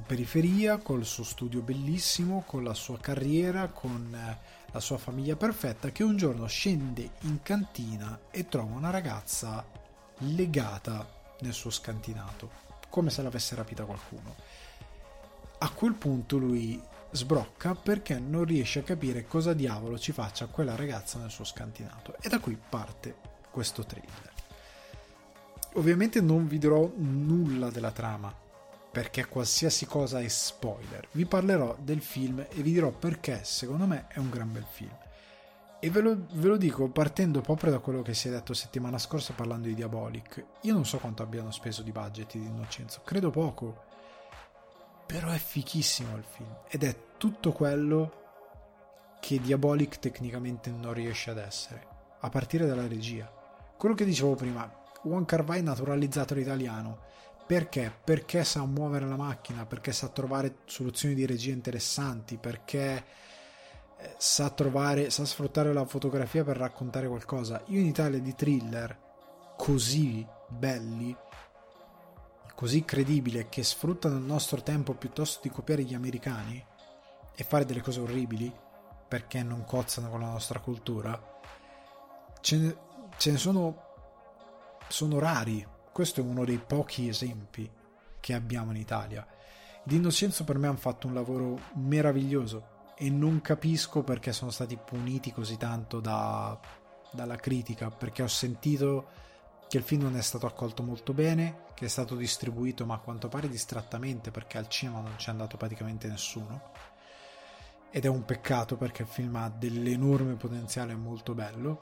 periferia, col suo studio bellissimo, con la sua carriera, con la sua famiglia perfetta, che un giorno scende in cantina e trova una ragazza legata nel suo scantinato, come se l'avesse rapita qualcuno. A quel punto lui sbrocca perché non riesce a capire cosa diavolo ci faccia quella ragazza nel suo scantinato, e da qui parte questo thriller. Ovviamente non vi dirò nulla della trama, perché qualsiasi cosa è spoiler. Vi parlerò del film e vi dirò perché secondo me è un gran bel film. E ve lo, ve lo dico partendo proprio da quello che si è detto settimana scorsa parlando di Diabolic. Io non so quanto abbiano speso di budget di Innocenzo, credo poco, però è fichissimo il film, ed è tutto quello che Diabolic tecnicamente non riesce ad essere, a partire dalla regia. Quello che dicevo prima, Wong Kar-wai naturalizzato l'italiano. Perché? Perché sa muovere la macchina, perché sa trovare soluzioni di regia interessanti, perché sa trovare, sa sfruttare la fotografia per raccontare qualcosa. Io in Italia di thriller così belli, così credibili, che sfruttano il nostro tempo piuttosto di copiare gli americani e fare delle cose orribili perché non cozzano con la nostra cultura, ce ne, ce ne sono sono rari. Questo è uno dei pochi esempi che abbiamo in Italia. Di Innocenzo per me hanno fatto un lavoro meraviglioso e non capisco perché sono stati puniti così tanto da, dalla critica, perché ho sentito che il film non è stato accolto molto bene, che è stato distribuito ma a quanto pare distrattamente, perché al cinema non c'è andato praticamente nessuno, ed è un peccato perché il film ha dell'enorme potenziale, è molto bello,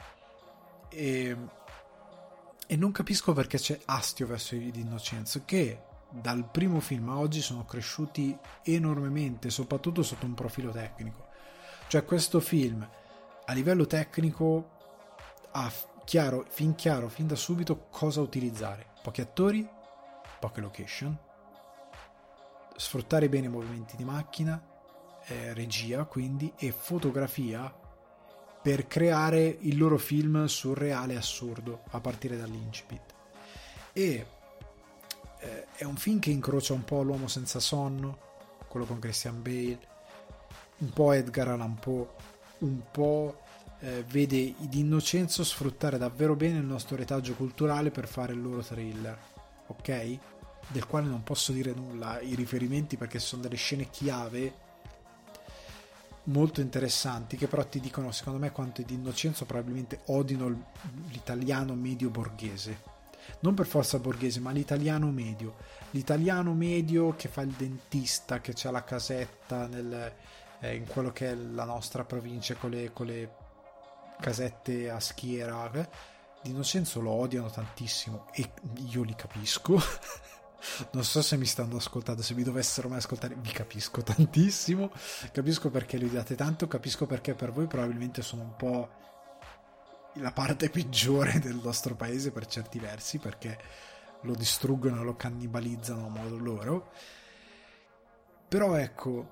e E non capisco perché c'è astio verso Di Innocenzo, che dal primo film a oggi sono cresciuti enormemente, soprattutto sotto un profilo tecnico. Cioè questo film a livello tecnico ha chiaro, fin chiaro, fin da subito cosa utilizzare. Pochi attori, poche location, sfruttare bene i movimenti di macchina, eh, regia quindi, e fotografia, per creare il loro film surreale e assurdo a partire dall'incipit. E eh, è un film che incrocia un po' L'uomo senza sonno, quello con Christian Bale, un po' Edgar Allan Poe, un po' eh, vede Di Innocenzo sfruttare davvero bene il nostro retaggio culturale per fare il loro thriller, ok? Del quale non posso dire nulla, i riferimenti, perché sono delle scene chiave molto interessanti, che però ti dicono secondo me quanto Di Innocenzo probabilmente odino l'italiano medio borghese, non per forza borghese, ma l'italiano medio l'italiano medio che fa il dentista, che c'ha la casetta nel, eh, in quello che è la nostra provincia con le, con le casette a schiera. eh. Di Innocenzo lo odiano tantissimo e io li capisco. Non so se mi stanno ascoltando, se mi dovessero mai ascoltare, vi capisco tantissimo, capisco perché li odiate tanto, capisco perché per voi probabilmente sono un po' la parte peggiore del nostro paese per certi versi, perché lo distruggono e lo cannibalizzano a modo loro. Però ecco,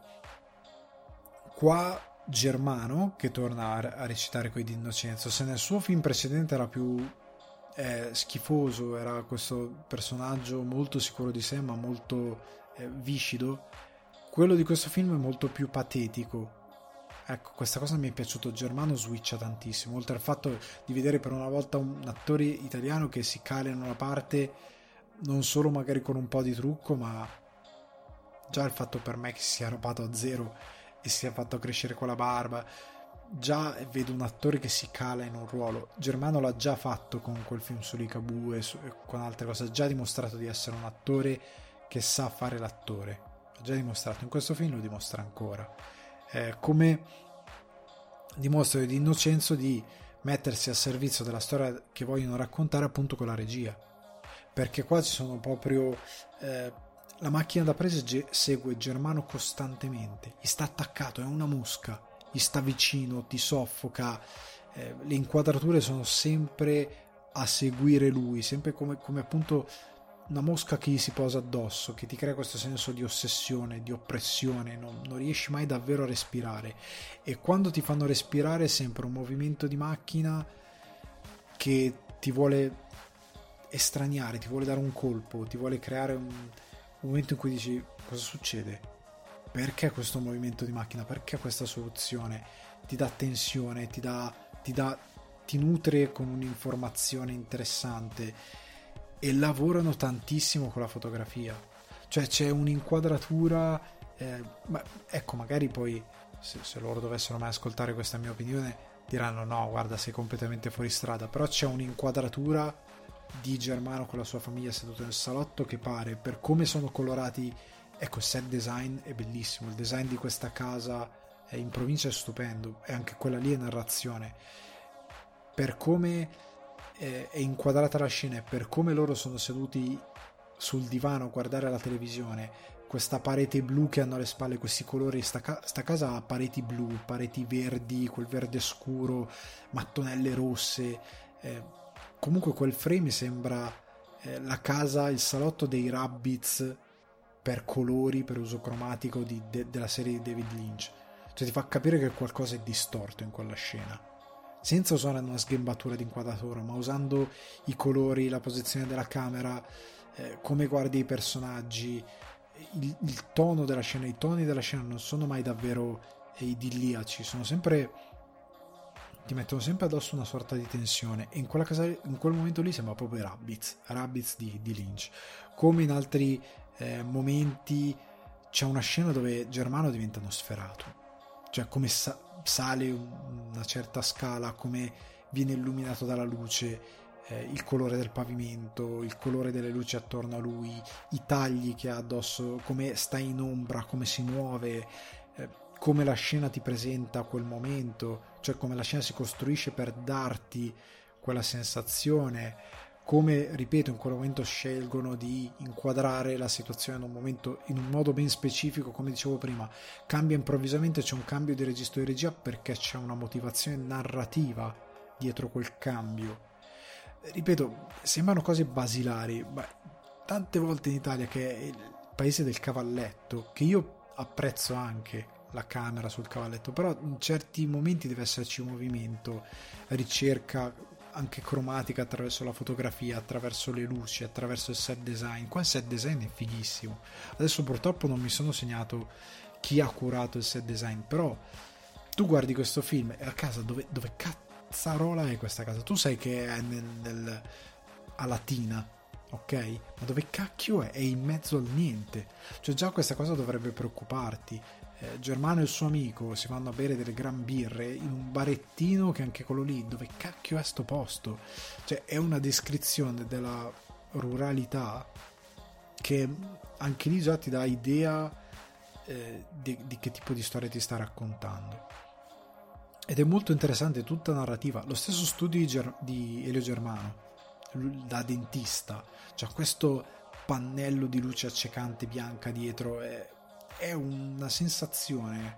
qua Germano, che torna a recitare coi Di Innocenzo, se nel suo film precedente era più eh, schifoso, era questo personaggio molto sicuro di sé ma molto eh, viscido, quello di questo film è molto più patetico. Ecco, questa cosa mi è piaciuto. Germano switcha tantissimo, oltre al fatto di vedere per una volta un attore italiano che si cala in una parte, non solo magari con un po' di trucco, ma già il fatto per me che si sia rapato a zero e si sia fatto crescere con la barba, già vedo un attore che si cala in un ruolo. Germano l'ha già fatto con quel film su Ligabue e con altre cose, ha già dimostrato di essere un attore che sa fare l'attore, ha già dimostrato, in questo film lo dimostra ancora, eh, come dimostra Di Innocenzo di mettersi a servizio della storia che vogliono raccontare appunto con la regia, perché qua ci sono proprio eh, la macchina da presa segue Germano costantemente, gli sta attaccato, è una mosca, gli sta vicino, ti soffoca, eh, le inquadrature sono sempre a seguire lui, sempre come, come appunto una mosca che gli si posa addosso, che ti crea questo senso di ossessione, di oppressione, non, non riesci mai davvero a respirare, e quando ti fanno respirare è sempre un movimento di macchina che ti vuole estraniare, ti vuole dare un colpo, ti vuole creare un, un momento in cui dici cosa succede? Perché questo movimento di macchina? Perché questa soluzione? Ti dà tensione, ti dà, ti dà, ti nutre con un'informazione interessante, e lavorano tantissimo con la fotografia. Cioè c'è un'inquadratura, eh, ma ecco, magari poi se, se loro dovessero mai ascoltare questa mia opinione diranno no, guarda, sei completamente fuori strada, però c'è un'inquadratura di Germano con la sua famiglia seduto nel salotto che pare, per come sono colorati, ecco, il set design è bellissimo, il design di questa casa è in provincia è stupendo, e anche quella lì è narrazione, per come è, è inquadrata la scena e per come loro sono seduti sul divano a guardare la televisione, questa parete blu che hanno alle spalle, questi colori, sta, ca- sta casa ha pareti blu, pareti verdi, quel verde scuro, mattonelle rosse, eh, comunque quel frame sembra eh, la casa, il salotto dei Rabbids per colori, per uso cromatico di, de, della serie di David Lynch. Cioè ti fa capire che qualcosa è distorto in quella scena, senza usare una sghembatura di inquadratura, ma usando i colori, la posizione della camera, eh, come guardi i personaggi, il, il tono della scena. I toni della scena non sono mai davvero eh, idilliaci, sono sempre, ti mettono sempre addosso una sorta di tensione, e in quella casa, in quel momento lì sembra proprio Rabbids Rabbids di, di Lynch. Come in altri eh, momenti c'è una scena dove Germano diventa uno sferato, cioè come sa- sale una certa scala, come viene illuminato dalla luce, eh, il colore del pavimento, il colore delle luci attorno a lui, i tagli che ha addosso, come sta in ombra, come si muove, eh, come la scena ti presenta quel momento, cioè come la scena si costruisce per darti quella sensazione, come, ripeto, in quel momento scelgono di inquadrare la situazione in un momento, in un modo ben specifico, come dicevo prima, cambia improvvisamente, c'è un cambio di registro di regia perché c'è una motivazione narrativa dietro quel cambio. Ripeto, sembrano cose basilari, ma tante volte in Italia, che è il paese del cavalletto, che io apprezzo anche la camera sul cavalletto, però in certi momenti deve esserci movimento, ricerca anche cromatica attraverso la fotografia, attraverso le luci, attraverso il set design. Qua il set design è fighissimo. Adesso purtroppo non mi sono segnato chi ha curato il set design, però tu guardi questo film e a casa dove, dove cazzarola è questa casa? Tu sai che è nel, nel, a Latina, ok? Ma dove cacchio è? È in mezzo al niente. Cioè già questa cosa dovrebbe preoccuparti. eh, Germano e il suo amico si vanno a bere delle gran birre in un barettino che è anche quello lì. Dove cacchio è sto posto? Cioè è una descrizione della ruralità che anche lì già ti dà idea eh, di, di che tipo di storia ti sta raccontando. Ed è molto interessante tutta narrativa. Lo stesso studio di, Ger- di Elio Germano, da dentista, c'ha questo pannello di luce accecante bianca dietro, è, è una sensazione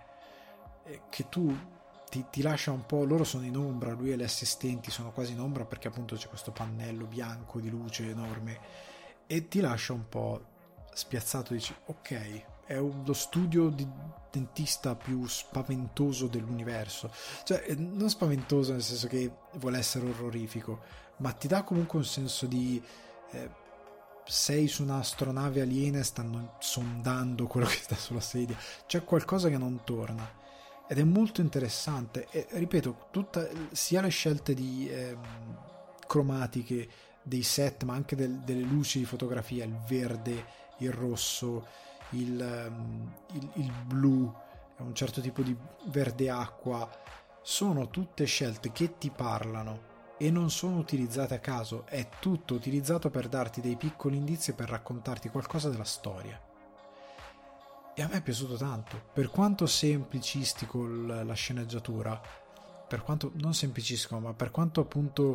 che tu ti, ti lascia un po'. Loro sono in ombra, lui e le assistenti sono quasi in ombra perché appunto c'è questo pannello bianco di luce enorme, e ti lascia un po' spiazzato. Dici ok, è lo studio di dentista più spaventoso dell'universo, cioè non spaventoso nel senso che vuole essere orrorifico, ma ti dà comunque un senso di eh, sei su un'astronave aliena e stanno sondando quello che sta sulla sedia, c'è qualcosa che non torna, ed è molto interessante. E ripeto, tutta, sia le scelte di eh, cromatiche dei set, ma anche del, delle luci di fotografia, il verde, il rosso, il, um, il, il blu, un certo tipo di verde acqua, sono tutte scelte che ti parlano e non sono utilizzate a caso, è tutto utilizzato per darti dei piccoli indizi e per raccontarti qualcosa della storia. E a me è piaciuto tanto, per quanto semplicistico la sceneggiatura, per quanto non semplicistico, ma per quanto appunto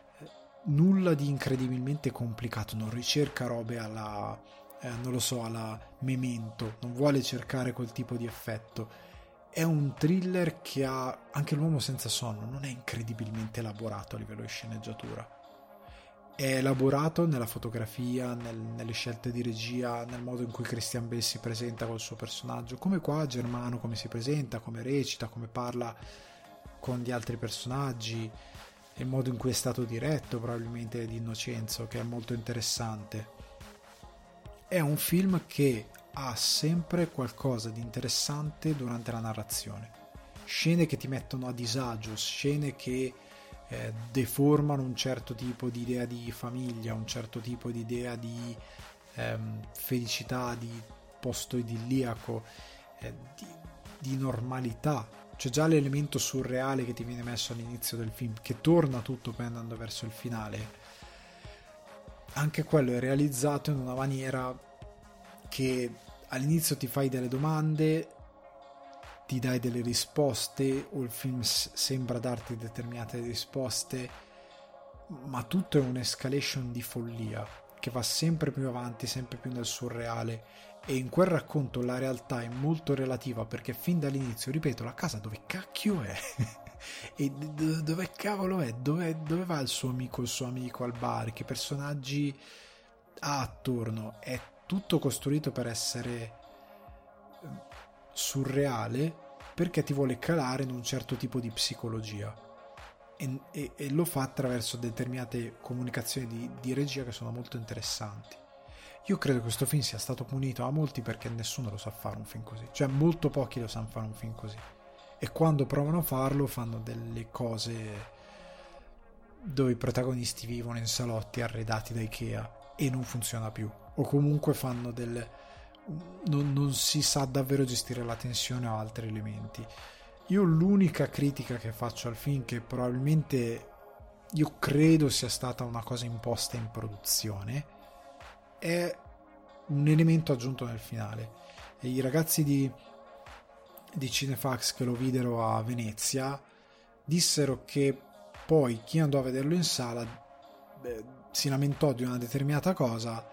nulla di incredibilmente complicato, non ricerca robe alla eh, non lo so, alla Memento, non vuole cercare quel tipo di effetto. È un thriller che ha anche L'uomo senza sonno, non è incredibilmente elaborato a livello di sceneggiatura, è elaborato nella fotografia, nel, nelle scelte di regia, nel modo in cui Christian Bale si presenta col suo personaggio, come qua Germano come si presenta, come recita, come parla con gli altri personaggi, il modo in cui è stato diretto probabilmente di Innocenzo, che è molto interessante. È un film che ha sempre qualcosa di interessante durante la narrazione, scene che ti mettono a disagio, scene che eh, deformano un certo tipo di idea di famiglia, un certo tipo di idea di ehm, felicità, di posto idilliaco, eh, di, di normalità. C'è già l'elemento surreale che ti viene messo all'inizio del film, che torna tutto poi andando verso il finale. Anche quello è realizzato in una maniera che all'inizio ti fai delle domande, ti dai delle risposte, o il film s- sembra darti determinate risposte, ma tutto è un'escalation di follia che va sempre più avanti, sempre più nel surreale. E in quel racconto la realtà è molto relativa, perché fin dall'inizio, ripeto, la casa dove cacchio è? E d- dove cavolo è? Dove, dove va il suo amico, il suo amico al bar? Che personaggi ha attorno? È tutto costruito per essere surreale, perché ti vuole calare in un certo tipo di psicologia. E, e, e lo fa attraverso determinate comunicazioni di, di regia che sono molto interessanti. Io credo che questo film sia stato punito a molti perché nessuno lo sa fare un film così, cioè molto pochi lo sanno fare un film così, e quando provano a farlo fanno delle cose dove i protagonisti vivono in salotti arredati da Ikea e non funziona più, o comunque fanno del non, non si sa davvero gestire la tensione o altri elementi. Io l'unica critica che faccio al film, che probabilmente io credo sia stata una cosa imposta in produzione, è un elemento aggiunto nel finale. E i ragazzi di, di Cinefax che lo videro a Venezia dissero che poi chi andò a vederlo in sala beh, si lamentò di una determinata cosa,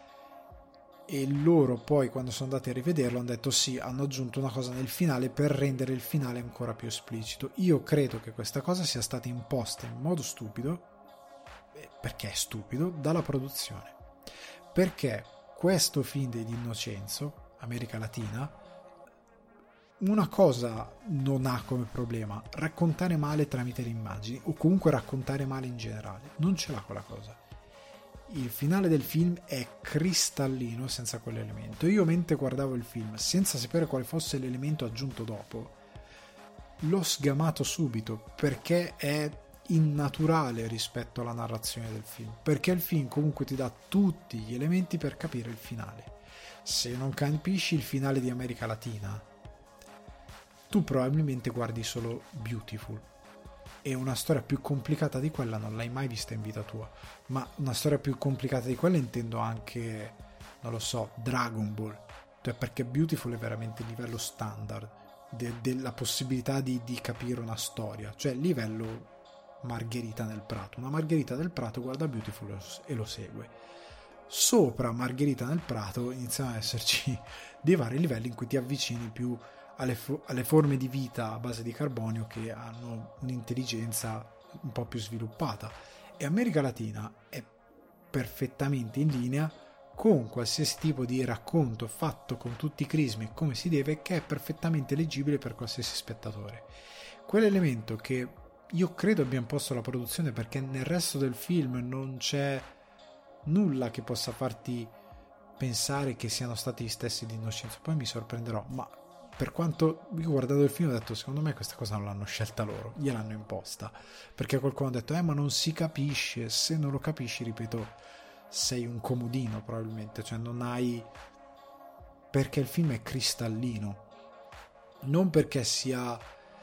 e loro poi quando sono andati a rivederlo hanno detto sì, hanno aggiunto una cosa nel finale per rendere il finale ancora più esplicito. Io credo che questa cosa sia stata imposta in modo stupido, perché è stupido, dalla produzione, perché questo film di Innocenzo, America Latina, una cosa non ha come problema: raccontare male tramite le immagini, o comunque raccontare male in generale. Non ce l'ha quella cosa. Il finale del film è cristallino senza quell'elemento. Io mentre guardavo il film, senza sapere quale fosse l'elemento aggiunto dopo, l'ho sgamato subito, perché è innaturale rispetto alla narrazione del film, perché il film comunque ti dà tutti gli elementi per capire il finale. Se non capisci il finale di America Latina, tu probabilmente guardi solo Beautiful, e una storia più complicata di quella non l'hai mai vista in vita tua. Ma una storia più complicata di quella intendo anche, non lo so, Dragon Ball, cioè, perché Beautiful è veramente il livello standard de- della possibilità di, di capire una storia, cioè livello Margherita nel Prato. Una Margherita del Prato guarda Beautiful e lo segue. Sopra Margherita nel Prato iniziano ad esserci dei vari livelli in cui ti avvicini più alle, fo- alle forme di vita a base di carbonio che hanno un'intelligenza un po' più sviluppata, e America Latina è perfettamente in linea con qualsiasi tipo di racconto fatto con tutti i crismi e come si deve, che è perfettamente leggibile per qualsiasi spettatore. Quell'elemento che io credo abbia imposto la produzione, perché nel resto del film non c'è nulla che possa farti pensare che siano stati gli stessi di Innocenzo. Poi mi sorprenderò, ma per quanto io guardando il film ho detto, secondo me questa cosa non l'hanno scelta loro, gliel'hanno imposta, perché qualcuno ha detto eh ma non si capisce. Se non lo capisci, ripeto, sei un comodino probabilmente, cioè non hai, perché il film è cristallino, non perché sia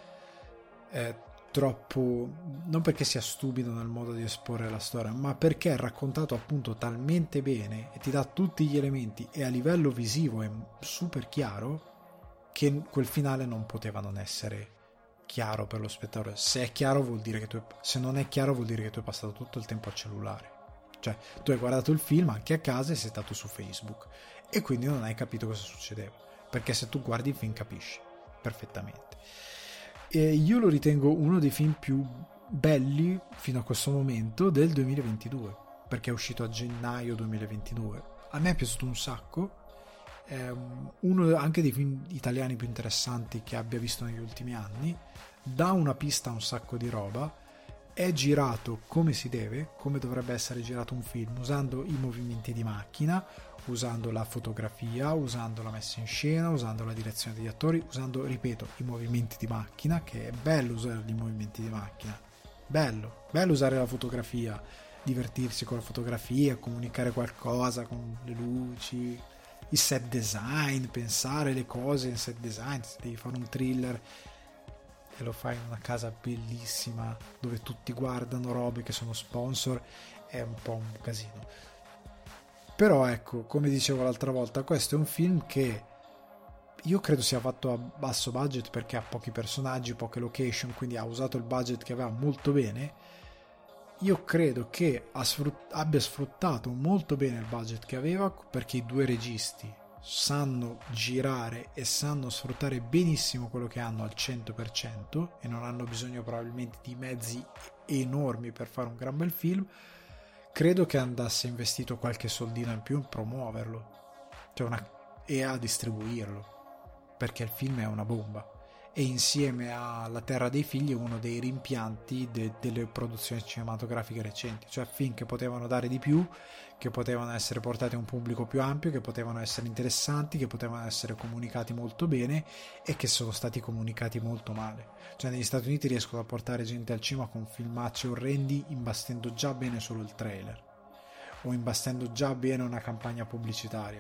eh, troppo, non perché sia stupido nel modo di esporre la storia, ma perché è raccontato appunto talmente bene e ti dà tutti gli elementi, e a livello visivo è super chiaro, che quel finale non poteva non essere chiaro per lo spettatore. Se è chiaro vuol dire che tu, se non è chiaro vuol dire che tu hai passato tutto il tempo al cellulare, cioè tu hai guardato il film anche a casa e sei stato su Facebook, e quindi non hai capito cosa succedeva, perché se tu guardi il film capisci perfettamente. E io lo ritengo uno dei film più belli fino a questo momento del duemilaventidue, perché è uscito a gennaio duemilaventidue. A me è piaciuto un sacco, è uno anche dei film italiani più interessanti che abbia visto negli ultimi anni, dà una pista a un sacco di roba, è girato come si deve, come dovrebbe essere girato un film, usando i movimenti di macchina, usando la fotografia, usando la messa in scena, usando la direzione degli attori, usando, ripeto, i movimenti di macchina, che è bello usare i movimenti di macchina, bello, bello usare la fotografia, divertirsi con la fotografia, comunicare qualcosa con le luci, il set design, pensare le cose in set design. Se devi fare un thriller e lo fai in una casa bellissima dove tutti guardano robe che sono sponsor, è un po' un casino. Però ecco, come dicevo l'altra volta, questo è un film che io credo sia fatto a basso budget perché ha pochi personaggi, poche location, quindi ha usato il budget che aveva molto bene. Io credo che abbia sfruttato molto bene il budget che aveva, perché i due registi sanno girare e sanno sfruttare benissimo quello che hanno al cento per cento e non hanno bisogno probabilmente di mezzi enormi per fare un gran bel film. Credo che andasse investito qualche soldino in più in promuoverlo, cioè una, e a distribuirlo, perché il film è una bomba, e insieme a La Terra dei Figli è uno dei rimpianti de, delle produzioni cinematografiche recenti, cioè film che potevano dare di più, che potevano essere portati a un pubblico più ampio, che potevano essere interessanti, che potevano essere comunicati molto bene e che sono stati comunicati molto male. Cioè negli Stati Uniti riescono a portare gente al cinema con filmacci orrendi, imbastendo già bene solo il trailer o imbastendo già bene una campagna pubblicitaria.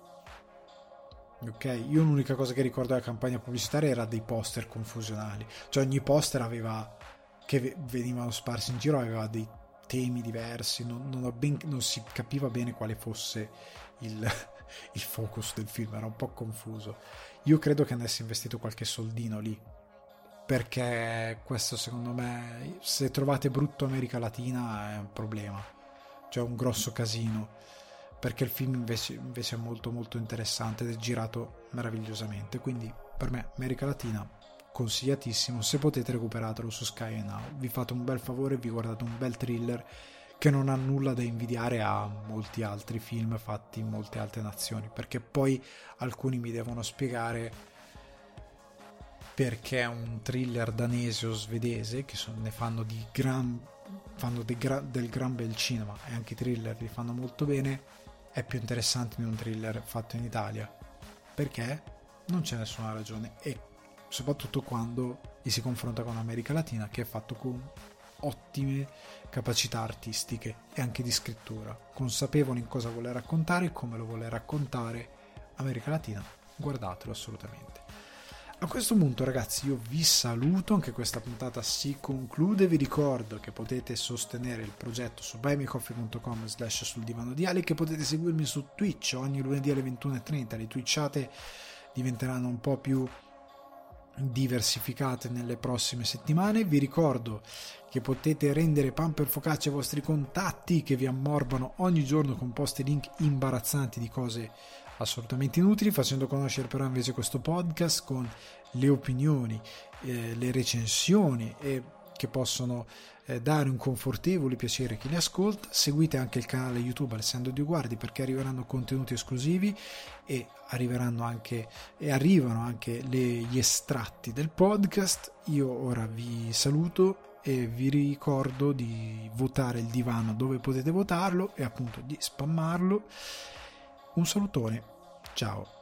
Ok, io l'unica cosa che ricordo della campagna pubblicitaria era dei poster confusionali, cioè ogni poster aveva, che venivano sparsi in giro, aveva dei temi diversi, non, non, ben, non si capiva bene quale fosse il, il focus del film, era un po' confuso. Io credo che andesse investito qualche soldino lì, perché questo secondo me, se trovate brutto America Latina è un problema, cioè un grosso casino, perché il film invece, invece è molto molto interessante ed è girato meravigliosamente. Quindi per me America Latina consigliatissimo, se potete recuperatelo su Sky Now, vi fate un bel favore e vi guardate un bel thriller che non ha nulla da invidiare a molti altri film fatti in molte altre nazioni, perché poi alcuni mi devono spiegare perché è un thriller danese o svedese, che sono, ne fanno di gran fanno de gra, del gran bel cinema, e anche i thriller li fanno molto bene, è più interessante di un thriller fatto in Italia, perché non c'è nessuna ragione, e soprattutto quando li si confronta con America Latina, che è fatto con ottime capacità artistiche e anche di scrittura, consapevoli in cosa vuole raccontare e come lo vuole raccontare. America Latina, guardatelo assolutamente. A questo punto ragazzi io vi saluto, anche questa puntata si conclude, vi ricordo che potete sostenere il progetto su buymeacoffee.com slash sul divano di Ale, che potete seguirmi su Twitch ogni lunedì alle ventuno e trenta, le twitchate diventeranno un po' più diversificate nelle prossime settimane. Vi ricordo che potete rendere pan per focaccia ai vostri contatti, che vi ammorbano ogni giorno con post e link imbarazzanti di cose assolutamente inutili, facendo conoscere però invece questo podcast con le opinioni, eh, le recensioni, e che possono eh, dare un confortevole piacere a chi li ascolta. Seguite anche il canale YouTube Alessandro Dioguardi, perché arriveranno contenuti esclusivi e arriveranno anche e arrivano anche le, gli estratti del podcast. Io ora vi saluto e vi ricordo di votare il divano dove potete votarlo e appunto di spammarlo. Un salutone, ciao.